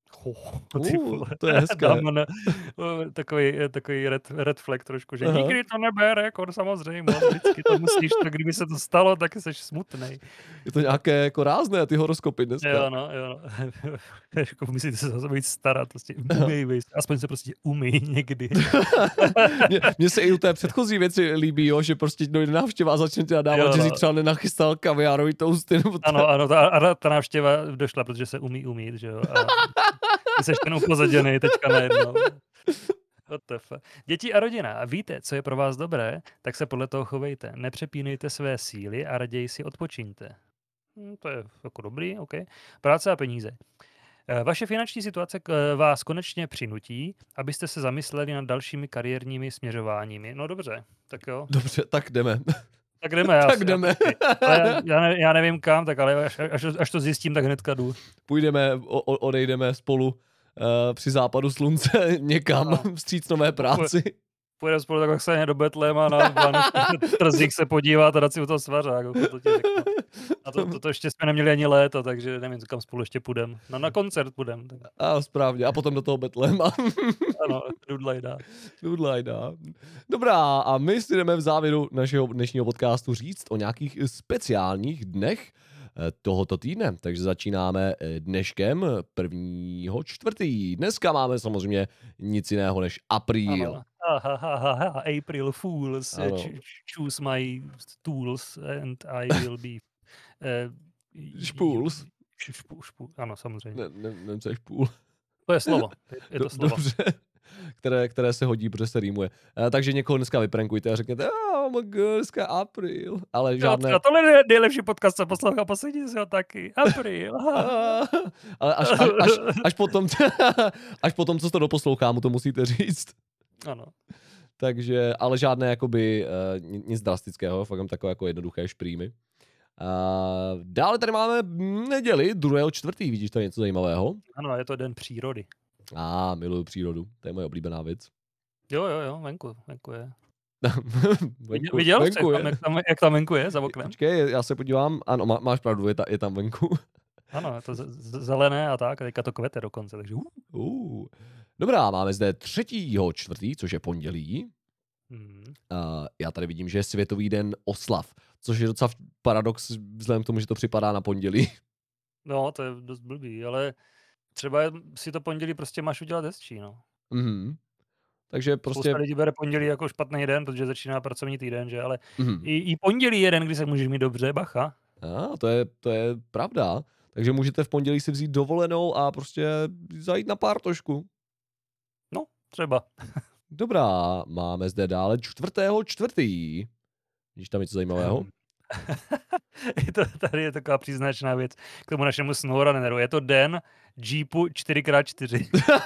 Oh, ty Uh, vole. to je hezké. Dáme na, uh, takový, takový red, red flag trošku, že Aha. nikdy to neber, jako samozřejmě, vždycky to musíš, tak kdyby se to stalo, tak jsi smutnej. Je to nějaké jako rázné, ty horoskopy dneska. Jo, no, jo, no. Jako musíte se zase být starat, prostě umej vejst, aspoň se prostě umej někdy. Mně, mně se i u té předchozí věci líbí, jo, že prostě dojde návštěva a začne tě nadávat, Jo, že no. si třeba nenachystal kaviárový toasty. Nebo to... Ano, ano, ta, a ta návštěva došla, protože se umí umít, že jo. A ty seš ten upozaděnej teďka najednou. What the fuck. Děti a rodina. A víte, co je pro vás dobré, tak se podle toho chovejte. Nepřepínejte své síly a raději si odpočiňte. Hm, to je jako dobrý, OK. Práce a peníze. Eh, Vaše finanční situace k- eh, vás konečně přinutí, abyste se zamysleli nad dalšími kariérními směřováními. No dobře, tak jo. Dobře, tak jdeme. Tak jdeme. Já, tak jdeme. Já, já, já, ne, já nevím kam, tak ale až, až, až to zjistím, tak hnedka jdu. Půjdeme, o, o- odejdeme spolu uh, při západu slunce někam Ano. vstříc nové práci. Půjdeme spolu tak se do Betléma na vánočních trzích se podívat a dát si u toho svařák. Jako to ti řeknu. A to, to, to ještě jsme neměli ani léto, takže nevím, kam spolu ještě půjdeme. No, na koncert půjdeme. Tak. A správně. A potom do toho Betléma. Ano, Dudlejda. Dudlajda. Dobrá, a my si jdeme v závěru našeho dnešního podcastu říct o nějakých speciálních dnech eh, tohoto týdne. Takže začínáme eh, dneškem prvního čtvrtý. Dneska máme samozřejmě nic jiného než apríl. Ano. Aha, aha, aha, April Fools. Ano. Ch- choose my tools and I will be... Uh, Špůls. Špůl, špůl, ano, samozřejmě. Ne, ne, nevím, co je špůl. To je slovo. Je to Do- slovo. Dobře. Které, které se hodí, protože se rýmuje. Eh, takže někoho dneska vyprankujte a řekněte, oh my god, dneska apríl. Ale žádné... Jo, tohle je nejlepší podcast, co poslouchal, poslední si ho taky. April. Ah, ale až, až, až, až, potom, až potom, co to doposlouchá, mu to musíte říct. Ano. Takže, ale žádné jakoby uh, nic drastického, fakt takové jako jednoduché šprýmy. Uh, dále tady máme neděli, druhého čtvrtý, vidíš tady něco zajímavého? Ano, je to den přírody. A ah, miluju přírodu, to je moje oblíbená věc. Jo, jo, jo, venku, venku je. venku, Viděl jsi, venku jak, tam, jak, tam, jak tam venku je za oknem? Počkej, já se podívám, ano, má, máš pravdu, je, ta, je tam venku. Ano, je to z- z- zelené a tak, a teďka to kvete dokonce, takže uh. Uh. Dobrá, máme zde třetího čtvrtý, což je pondělí. hmm. Uh, já tady vidím, že je Světový den oslav, což je docela paradox vzhledem k tomu, že to připadá na pondělí. No, to je dost blbý, ale třeba je- si to pondělí prostě máš udělat hezčí, no. Mhm. Takže prostě... Spousta lidí bere pondělí jako špatný den, protože začíná pracovní týden, že? Ale Mhm. i, i pondělí je den, kdy se můžeš mít dobře, bacha. A, to, je, to je pravda. Takže můžete v pondělí si vzít dovolenou a prostě zajít na pártošku. No, třeba. Dobrá, máme zde dále čtvrtého čtvrtý. Vidíš tam něco zajímavého? je to, tady je taková příznačná věc k tomu našemu SnowRunneru. Je to den Jeepu čtyři krát čtyři.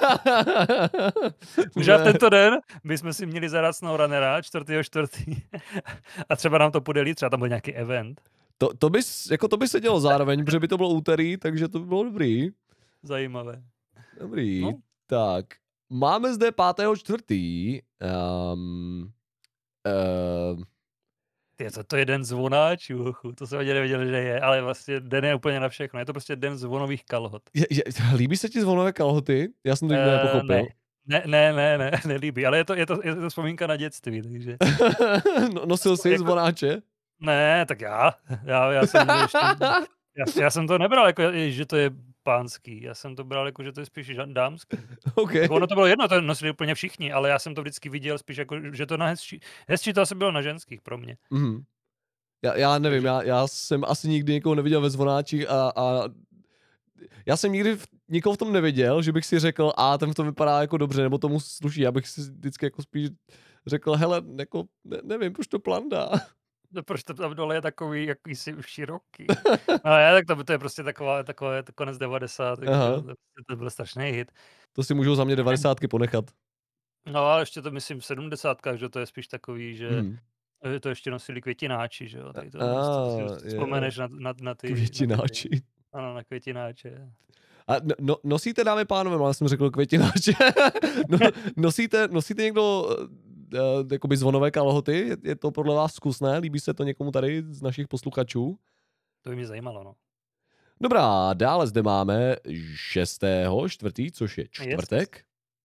Možná v tento den bychom si měli zahrát SnowRunnera čtvrtého čtvrtý a třeba nám to půjde líp, třeba tam byl nějaký event. To, to, by, jako to by se dělo zároveň, protože by to bylo úterý, takže to by bylo dobrý. Zajímavé. Dobrý, No. tak. Máme zde pátého čtvrtý. Um, uh, Ty, to, to je den zvonáčů, to jsem ani nevěděl, že je, ale vlastně den je úplně na všechno. Je to prostě den zvonových kalhot. je, je, líbí se ti zvonové kalhoty? Já jsem to nikdy Eh, nepochopil. ne. Ne, ne, ne, ne, nelíbí, ale je to, je to, je to vzpomínka na dětství, takže... no, nosil jsi Jako- zvonáče? Ne, tak já, já, já jsem ještě, já, já jsem to nebral jako, že to je pánský, já jsem to bral jako, že to je spíš ža- dámský. OK. Jako ono to bylo jedno, to nosili úplně všichni, ale já jsem to vždycky viděl spíš jako, že to na hezčí, hezčí to asi bylo na ženských pro mě. Mhm. Já, já nevím, já, já jsem asi nikdy někoho neviděl ve zvonáčích a, a já jsem nikdy v, nikoho v tom neviděl, že bych si řekl, a ten v tom vypadá jako dobře, nebo tomu sluší. Já bych si vždycky jako spíš řekl, hele, jako, ne, nevím, proč to plandá. No, proč to tam dole je takový jakýsi široký. No já, tak to, to je prostě taková, takové to konec devadesátých, Aha. to, to byl strašný hit. To si můžou za mě devadesátky ponechat. No a ještě to myslím v sedmdesátkách, že to je spíš takový, že Hmm. že to ještě nosili květináči, že jo. Tak to, A, to si je, vzpomeneš na, na, na ty... Květináči. Na ty, ano, na květináče. A no, no, nosíte, dámy pánové, ale jsem řekl květináče, no, nosíte, nosíte někdo uh, jakoby zvonové kalhoty? Je, je to podle vás zkusné? Líbí se to někomu tady z našich posluchačů? To by mě zajímalo, no. Dobrá, dále zde máme šestého čtvrtý, což je čtvrtek.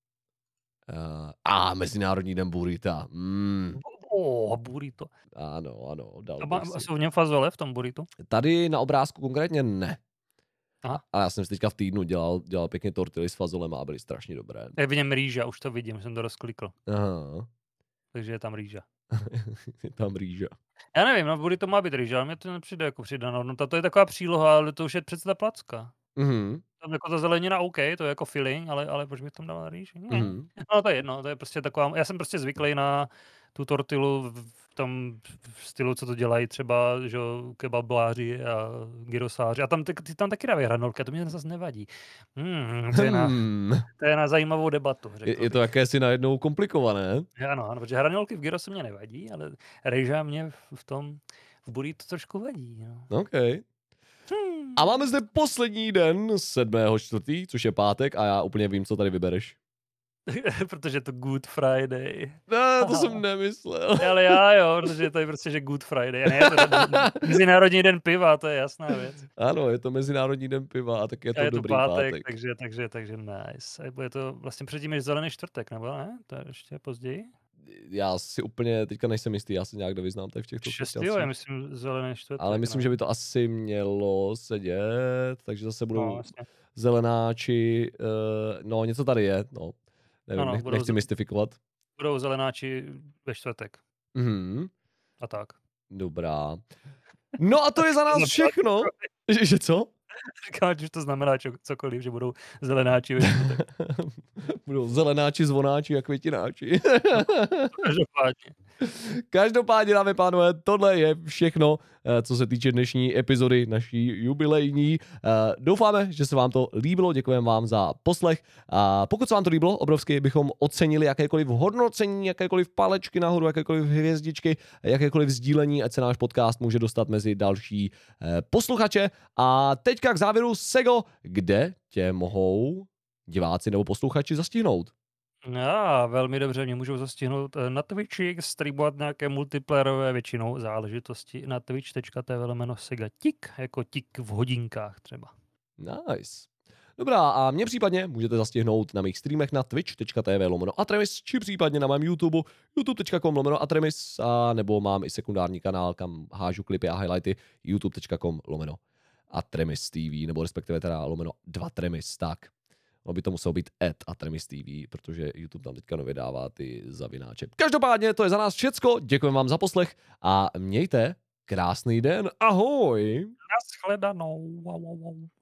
Uh, a Mezinárodní den burrita. Mm. Oh, burrito. Ano, ano. Dal a má, jsou v něm fazole v tom burritu? Tady na obrázku konkrétně ne. Aha. Ale já jsem si teďka v týdnu dělal, dělal pěkně tortily s fazolem a byly strašně dobré. Je v něm rýža, už to vidím, jsem to rozklikl. Aha. Takže je tam rýža. Je tam rýža. Já nevím, no burrito má být rýža, ale mě to nepřijde jako přidaná hodnota. To je taková příloha, ale to už je přece ta placka. Mhm. Tam jako ta zelenina OK, to je jako filling, ale, ale proč bych tam dal rýži? Mhm. No to je jedno, to je prostě taková, já jsem prostě zvyklý na tu tortilu v tom stylu, co to dělají třeba, že kebabláři a gyrosáři. A tam, ty, tam taky dávají hranolky, a to mě zase nevadí. Hmm, to, je na, to je na zajímavou debatu. Je, je to jakési najednou komplikované. Ano, ano, protože hranolky v gyrosu mě nevadí, ale rejža mě v tom, v burrito trošku vadí. No. OK. Hmm. A máme zde poslední den sedmého čtvrtý, což je pátek a já úplně vím, co tady vybereš. Protože je to Good Friday. Ne, to jsem nemyslel. Ale já jo, protože to je prostě, že Good Friday. Ne, je to Mezinárodní den piva, to je jasná věc. Ano, je to Mezinárodní den piva a tak je to, a je to dobrý pátek, pátek. Takže, takže, takže nice. A bude to vlastně předtím je zelený čtvrtek, nebo ne? To je ještě později? Já si úplně teďka nejsem jistý, já se nějak nevyznám tady v těchto šestého je, myslím, zelený čtvrtek. Ale myslím, ne? že by to asi mělo sedět, takže zase budou no, vlastně. zelenáči, uh, no něco tady je, no. Nevím, ano, nech, budou, nechci mystifikovat. Budou zelenáči ve čtvrtek. Mhm. A tak. Dobrá. No a to je za nás všechno. Že, že co? Říkám, že to znamená čo, cokoliv, že budou zelenáči ve čtvrtek. Budou zelenáči, zvonáči a květináči. Každopádně. Každopádně, dámy a pánové, tohle je všechno, co se týče dnešní epizody naší jubilejní. Doufáme, že se vám to líbilo, děkujeme vám za poslech. A pokud se vám to líbilo, obrovsky bychom ocenili jakékoliv hodnocení, jakékoliv palečky nahoru, jakékoliv hvězdičky, jakékoliv sdílení, ať se náš podcast může dostat mezi další posluchače. A teďka k závěru, Sego, kde tě mohou diváci nebo posluchači zastihnout? Já, velmi dobře, mě můžou zastihnout na Twitchi, streamovat nějaké multiplayerové většinou záležitosti na twitch tečka tv lomeno Sega Tik, jako tik v hodinkách třeba. Nice. Dobrá, a mě případně můžete zastihnout na mých streamech na twitch tečka tv lomeno Atremis, či případně na mém YouTube, youtube tečka com lomeno Atremis, a nebo mám i sekundární kanál, kam hážu klipy a highlighty, youtube tečka com lomeno Atremis T V, nebo respektive teda lomeno dva Tremis, tak. No by to muselo být at Atremis T V, protože YouTube tam teďka nově dává ty zavináče. Každopádně to je za nás všecko, děkujeme vám za poslech a mějte krásný den, ahoj! Nashledanou. Wow, wow, wow.